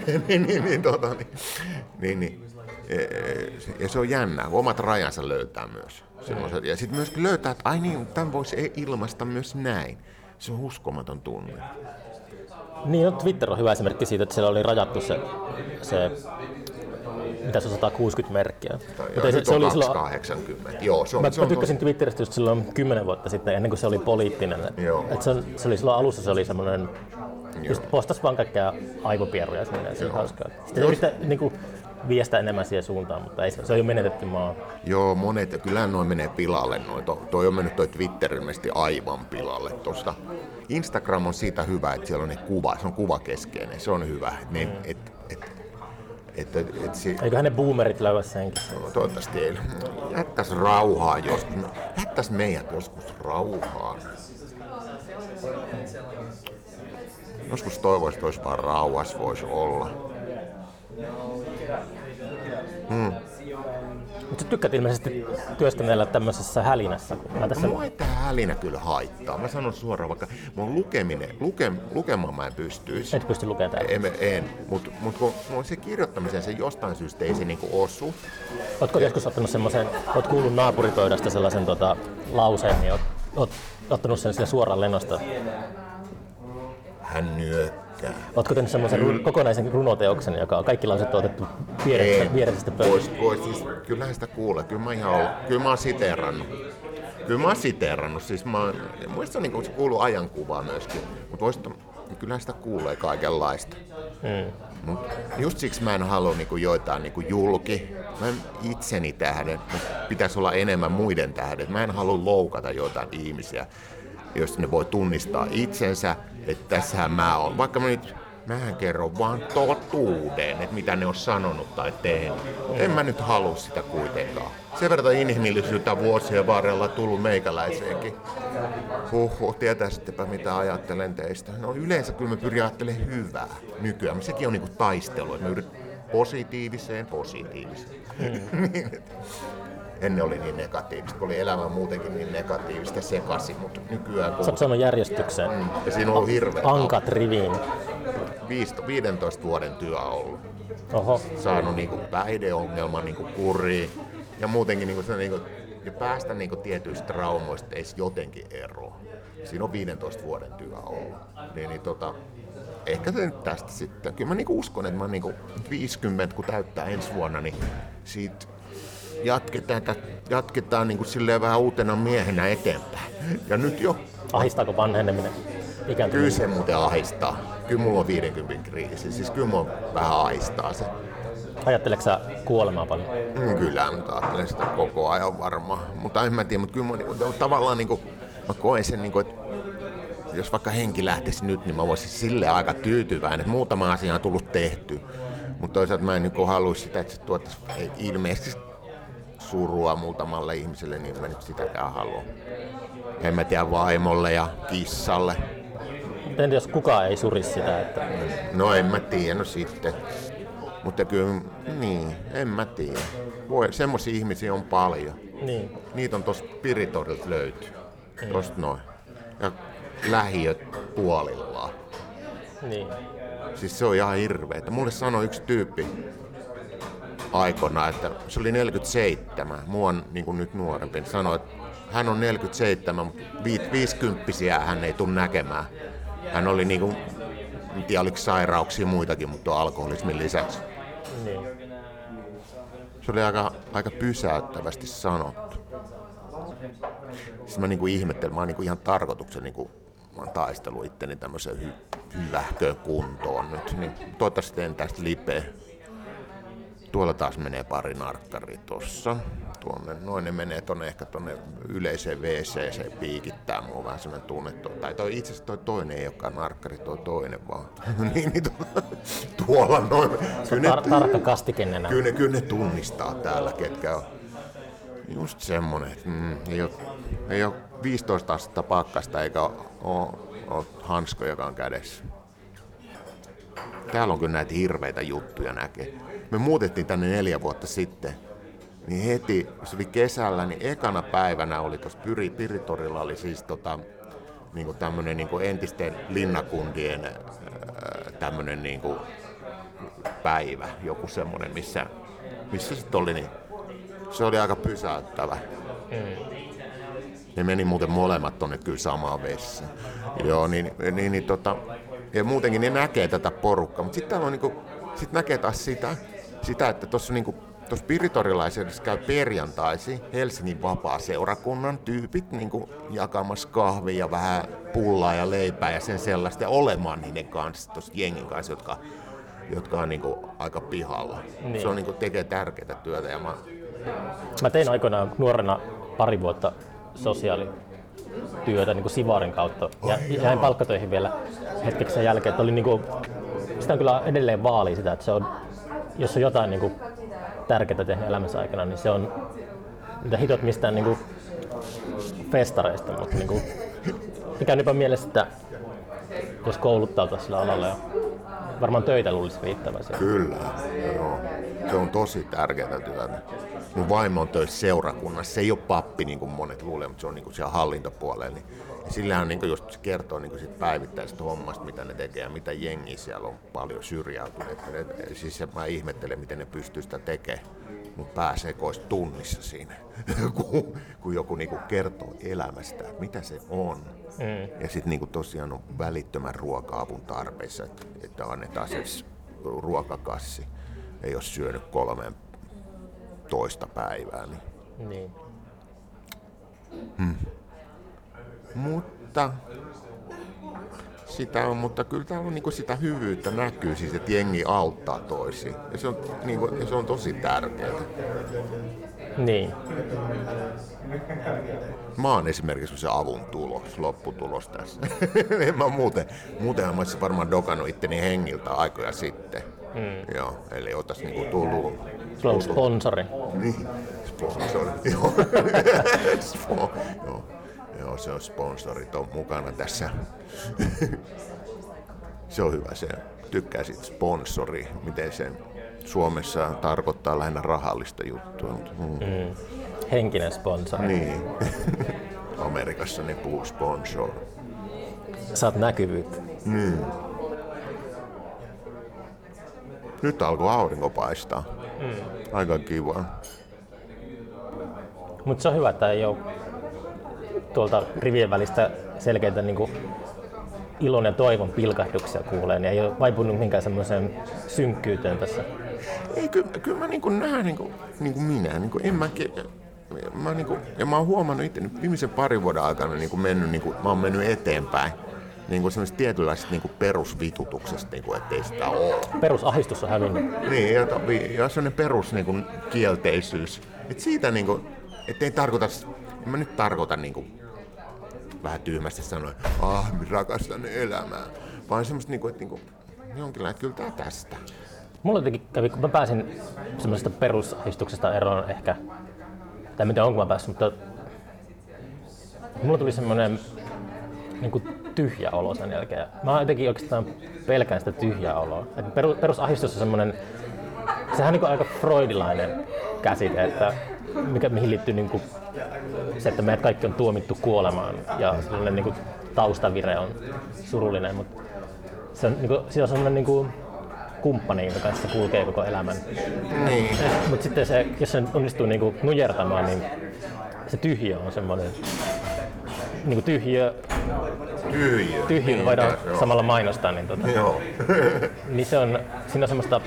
Ja se on jännää. Omat rajansa löytää myös. Ja sitten myös löytää, että tämän voisi ilmaista myös näin. Se on uskomaton tunne. Niin, no Twitter on hyvä esimerkki siitä, että siellä oli rajattu se mitä se on 160 merkkiä. Se oli 280. Joo, mä tykkäsin Twitteristä just silloin 10 vuotta sitten, ennen kuin se oli poliittinen. Se oli silloin alussa se oli semmoinen, just postasi vaan kaikkea aivopieruja sinne, se oli hauskaa. Sitten yrittää viestää enemmän siihen suuntaan, mutta ei, se on jo menetetty maa. Joo, monet, kyllähän noin menee pilalle. Toi on mennyt toi Twitter ilmeisesti aivan pilalle tosta. Instagram on siitä hyvä, että siellä on ne kuva, se on kuvakeskeinen, se on hyvä. Eiköhän ne boomerit löydä senkin. No, toivottavasti ei. Jättäis rauhaa joskus. Jättäis meidät joskus rauhaan. Joskus toivois, että olisi vaan rauhassa voisi olla. Mutta sä tykkäät ilmeisesti työskennellä tämmöisessä hälinässä. Mua ei tää hälinä kyllä haittaa. Mä sanon suoraan, vaikka mun lukemaan mä en pystyisi. Et pysty lukemaan täällä? En. Mut kun se kirjoittamisen se jostain syystä ei se osu. Ootko joskus ottanut semmoisen, oot kuullut naapuripöydästä sellaisen lauseen, niin oot ottanut sen suoraan lennosta? Hän nyökkää. Ootko tehnyt semmoisen kokonaisen runoteoksen, joka on kaikki lauset otettu viereisestä pöydästä? Siis, kyllähän sitä kuulee. Kyllä mä oon siteerannut. Siis muista se kuuluu ajankuvaa myöskin. Mutta kyllähän sitä kuulee kaikenlaista. Mut just siksi mä en halua joitain julki. Mä en itseni tähden, mutta pitäisi olla enemmän muiden tähden. Mä en halua loukata joitain ihmisiä, jos ne voi tunnistaa itsensä, että tässähän mä oon. Vaikka mä nyt Mähän kerron vaan totuuden, että mitä ne on sanonut tai tehnyt. En mä nyt halua sitä kuitenkaan. Sen verran inhimillisyyttä vuosien varrella tullut meikäläiseenkin. Tietää sittenpä mitä ajattelen teistä. No yleensä kyllä mä pyrin ajattelemaan hyvää nykyään. Sekin on niinku taistelu, että mä yritän positiiviseen. Ennen oli niin negatiivista, kun oli elämä muutenkin niin negatiivista ja sekaisin, mutta nykyään... Sä oot saanut järjestykseen. Ja siinä on ollut hirveä... Ankat riviin. 15 vuoden työ on ollut. Oho. Saanut niinku päihdeongelman niinku kuriin ja muutenkin niinku, ja päästä niinku tietyistä traumoista edes jotenkin eroon. Siinä on 15 vuoden työ ollut. Ehkä se nyt tästä sitten. Kyllä mä niinku uskon, että mä niinku 50, kun täyttää ensi vuonna, niin siitä jatketaan niinku silleen vähän uutena miehenä eteenpäin. Ja nyt jo. Ahistaako vanheneminen? Kyllä se muuten ahistaa. Kyllä mulla on 50 kriisi. Siis kyllä mua vähän ahistaa se. Ajatteleksä sä kuolemaa paljon? Kyllä, mutta ajattelen sitä koko ajan varmaan. Mutta en mä tiedä, mutta kyllä mä tavallaan mä koen sen, että jos vaikka henki lähtisi nyt, niin mä voisin silleen aika tyytyväinen, että muutama asia on tullut tehty. Mutta toisaalta mä en haluaisi sitä, että se tuottaisi ilmeisesti surua muutamalle ihmiselle, niin mä nyt sitäkään halua. En mä tiedä, vaimolle ja kissalle. Entä jos kukaan ei surisi sitä? Että... No en mä tiedä, no sitten. Mutta kyllä, niin, en mä tiedä. Semmoisia ihmisiä on paljon. Niin. Niitä on tossa Piritorilta löytyy. Tosta noin. Ja lähiöt puolillaan. Niin. Siis se on ihan hirveetä. Mulle sanoi yksi tyyppi aikona, että se oli 47. Mua on niin kuin nyt nuorempi. Sanoi, että hän on 47, mutta 50-vuotiaita hän ei tule näkemään. Hän oli niin kuin, en tiedä oliko sairauksia muitakin, mutta alkoholismin lisäksi. Niin. Se oli aika pysäyttävästi sanottu. Siis mä niinku ihmettelen, mä oon niinku ihan tarkoituksen niinku, mä oon taistellut itteni tämmöiseen hyvähköön kuntoon nyt. Niin toivottavasti teen tästä lipeä. Tuolla taas menee pari narkkaria tossa. Tuonne, noin ne menee ehkä tonne yleiseen WC-seen piikittää. Mulla on vähän sellainen tunne, tai itse asiassa toi toinen ei olekaan narkkari, toi toinen vaan. Tuolla noin. Se on tarkka kastikennenä. Kyllä ne tunnistaa täällä, ketkä on. Just semmonen, että ei ole 15 astetta pakkasta eikä ole hanskojakaan kädessä. Täällä on kyllä näitä hirveitä juttuja näkee. Me muutettiin tänne 4 vuotta sitten. Niin heti, se oli kesällä, niin ekana päivänä oli tuossa Piritorilla oli siis niinku tämmönen niinku entisten linnakundien tämmönen niinku päivä, joku semmonen, missä sitten oli, niin se oli aika pysäyttävä. Ne meni muuten molemmat tonne kyllä samaan vessaan. Joo, ja muutenkin ne näkee tätä porukkaa, mutta sitten on niinku, sit näkee taas sitä että tuossa niinku tuossa Piritorilaisessa käy perjantaisin Helsingin vapaa-seurakunnan tyypit niinku jakamassa kahvia ja vähän pullaa ja leipää ja sen sellaista ja olemaan niiden kanssa, tuossa jengin kanssa, jotka on niinku aika pihalla. Niin. Se on niinku tekee tärkeää työtä. Ja mä tein aikoinaan nuorena pari vuotta sosiaalityötä niin kuin Sivarin kautta ja jäin palkkatöihin vielä hetkeksi sen jälkeen. Että oli niinku, sitä on kyllä edelleen vaalii sitä, että se on, jos on jotain niinku tärkeää tehnyt elämänsä aikana, niin se on mitä hitot mistään niinku festareista, mutta niinku, mikä on jopa mielessä, että jos kouluttautua sillä alalla ja varmaan töitä luulisi riittävän. Kyllä, joo. Se on tosi tärkeää työtä. Mun vaimo on töissä seurakunnassa. Se ei ole pappi, niin kuin monet luulevat, mutta se on niin kuin siellä hallintopuolella. Niin sillähän niin kuin just kertoo niin kuin siitä päivittäisestä hommasta, mitä ne tekee ja mitä jengiä siellä on paljon syrjäytyneet. Siis mä ihmettelen, miten ne pystyy sitä tekemään. Mutta pääseekö olisi tunnissa siinä, kun joku niin kuin kertoo elämästä, mitä se on. Ja sitten niin tosiaan on välittömän ruoka-avun tarpeessa, että annetaan se ruokakassi. Ei ole syönyt 13 päivää. Niin. Mutta sitä on, mutta kyllä täällä on niinku sitä hyvyyttä näkyy, siis että jengi auttaa toisiin. Ja se on, niinku, ja se on tosi tärkeää. Niin. Mä oon esimerkiksi se avun tulos, lopputulos tässä. En mä muutenhan mä olisin varmaan dokannut itteni hengiltä aikoja sitten. Joo, eli otas niinku tullut. Sulla on sponsori. Niin, sponsori. Joo, se on sponsorit on mukana tässä. Se on hyvä, se tykkää sit sponsori, miten se Suomessa tarkoittaa lähinnä rahallista juttua. Henkinen sponsori. Niin. Amerikassa ne puhuu sponsor. Saat näkyvyyttä. Nyt alkoi aurinko paistaa. Aika kiva. Mutta se on hyvä, että ei ole tuolta rivien välistä selkeitä niinku ilon ja toivon pilkahduksia kuulee, niin ei ole vaipunut mihinkään semmoiseen synkkyyteen tässä. Ei, kyllä mä niinku näen niinku minä. Mä oon huomannut itse viimeisen parin vuoden aikana mä oon mennyt eteenpäin. Niinku semmoisesta tietynlaisesta niinku perusvitutuksesta, niinku, ettei sitä ole. Perusahdistus on hävinnyt. Niin, ja semmoinen perus niinku kielteisyys. Et siitä niinku, ettei tarkoita, en mä nyt tarkoita niinku vähän tyhmästi sanoa, rakastan elämää, vaan semmoista niinku, että niinku, jonkinlainen, että kyllä tää tästä. Mulla jotenkin kävi, kun mä pääsin semmoisesta perusahdistuksesta eroon ehkä, tai en tiedä onko mä päässyt, mutta mulla tuli semmoinen niinku tyhjä olo sen jälkeen. Mä jotenkin oikeastaan pelkään sitä tyhjää oloa. Perusahdistus on semmoinen, sehän on niinku aika freudilainen käsite, että mihin liittyy niinku se, että meidät kaikki on tuomittu kuolemaan ja sellainen niinku taustavire on surullinen, mutta se on, niinku, siinä on sellainen niinku kumppani, jonka kanssa kulkee koko elämän. Niin. Mutta sitten se, jos se onnistuu niinku nujertamaan, niin se tyhjö on semmoinen niinku tyhjö Niin, voidaan samalla mainostaa, niin, niin se on, siinä on semmoista,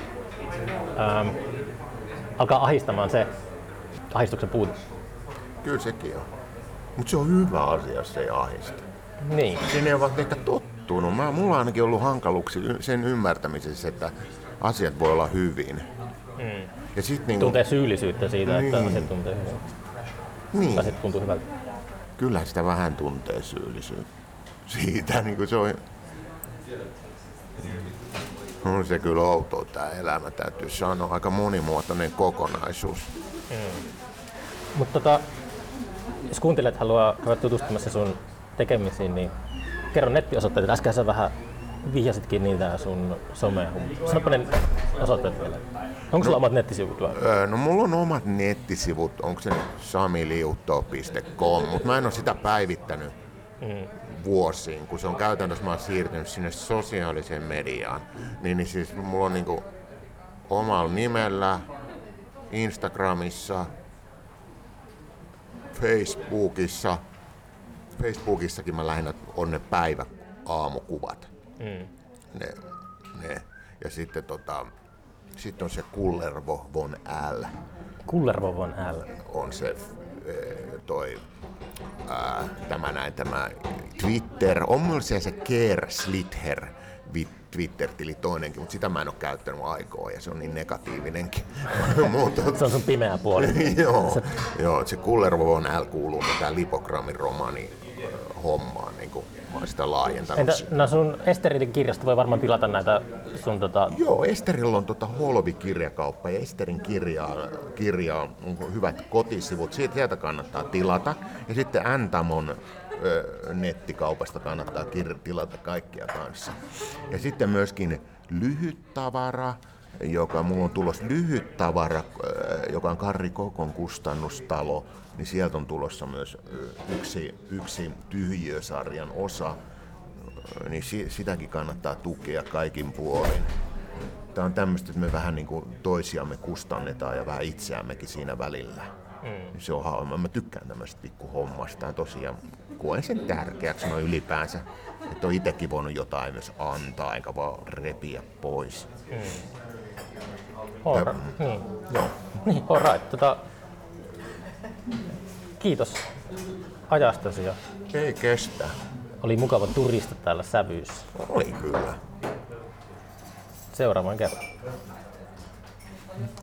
alkaa ahistamaan se ahdistuksen puute. Kyllä sekin on. Mutta se on hyvä asia, jos se ei ahista. Niin. Siinä ei ole ehkä tottunut. Mulla on ainakin ollut hankaluuksia sen ymmärtämisessä, että asiat voi olla hyvin. Ja sit niinku, tuntee syyllisyyttä siitä, että asiat tuntee hyvin. Niin. Asiat tuntuu hyvältä. Kyllähän sitä vähän tuntee syyllisyyttä. Siitä niin se on. On se kyllä outoa tää elämä, täytyy sanoa. Aika monimuotoinen kokonaisuus. Mutta jos kuuntelijat haluaa käydä tutustumassa sun tekemisiin, niin kerro nettiosoitteet. Äsken sä vähän vihjasitkin niitä sun somea. Sanoppa ne osoitteet vielä. Onko sulla omat nettisivut vai? No mulla on omat nettisivut, onko se samiliutto.com, mutta mä en ole sitä päivittänyt vuosiin, kun se on käytännössä, mä oon siirtynyt sinne sosiaaliseen mediaan. Niin siis mulla on niinku omalla nimellä, Instagramissa, Facebookissakin mä lähinnä on ne päiväaamukuvat. Ne. Ja sitten sitten on se Kullervo von L. Kullervo von L. On se tämä Twitter. On myös se Keir Slither Twitter-tili toinenkin, mutta sitä mä en ole käyttänyt aikoa ja se on niin negatiivinenkin. Se on sun pimeä puoli. Joo, se Kullervo von L kuuluu tähän Lipogrammin romaani hommaan. Niin mä oon sitä laajentanut. Entä sun Esterin kirjasta voi varmaan tilata näitä sun Joo, Esterillä on Holvi-kirjakauppa ja Esterin kirjaa on hyvät kotisivut. Sieltä kannattaa tilata. Ja sitten Antamon nettikaupasta kannattaa tilata kaikkia kanssa. Ja sitten myöskin Lyhyttavara, mulla on tulossa Lyhyttavara, joka on Karri Kokon kustannustalo, niin sieltä on tulossa myös yksi Tyhjiö-sarjan osa, niin sitäkin kannattaa tukea kaikin puolin. Tämä on tämmöistä, että me vähän niin kuin toisiamme kustannetaan ja vähän itseämmekin siinä välillä. Se on hauska. Mä tykkään tämmöistä pikkuhommasta. Tosiaan koen sen tärkeäksi noin ylipäänsä, että on itsekin voinut jotain myös antaa, eikä vaan repiä pois. All right. Kiitos ajastasi. Ei kestä. Oli mukava turista täällä Sävyyssä. Oli kyllä. Seuraavan kerran.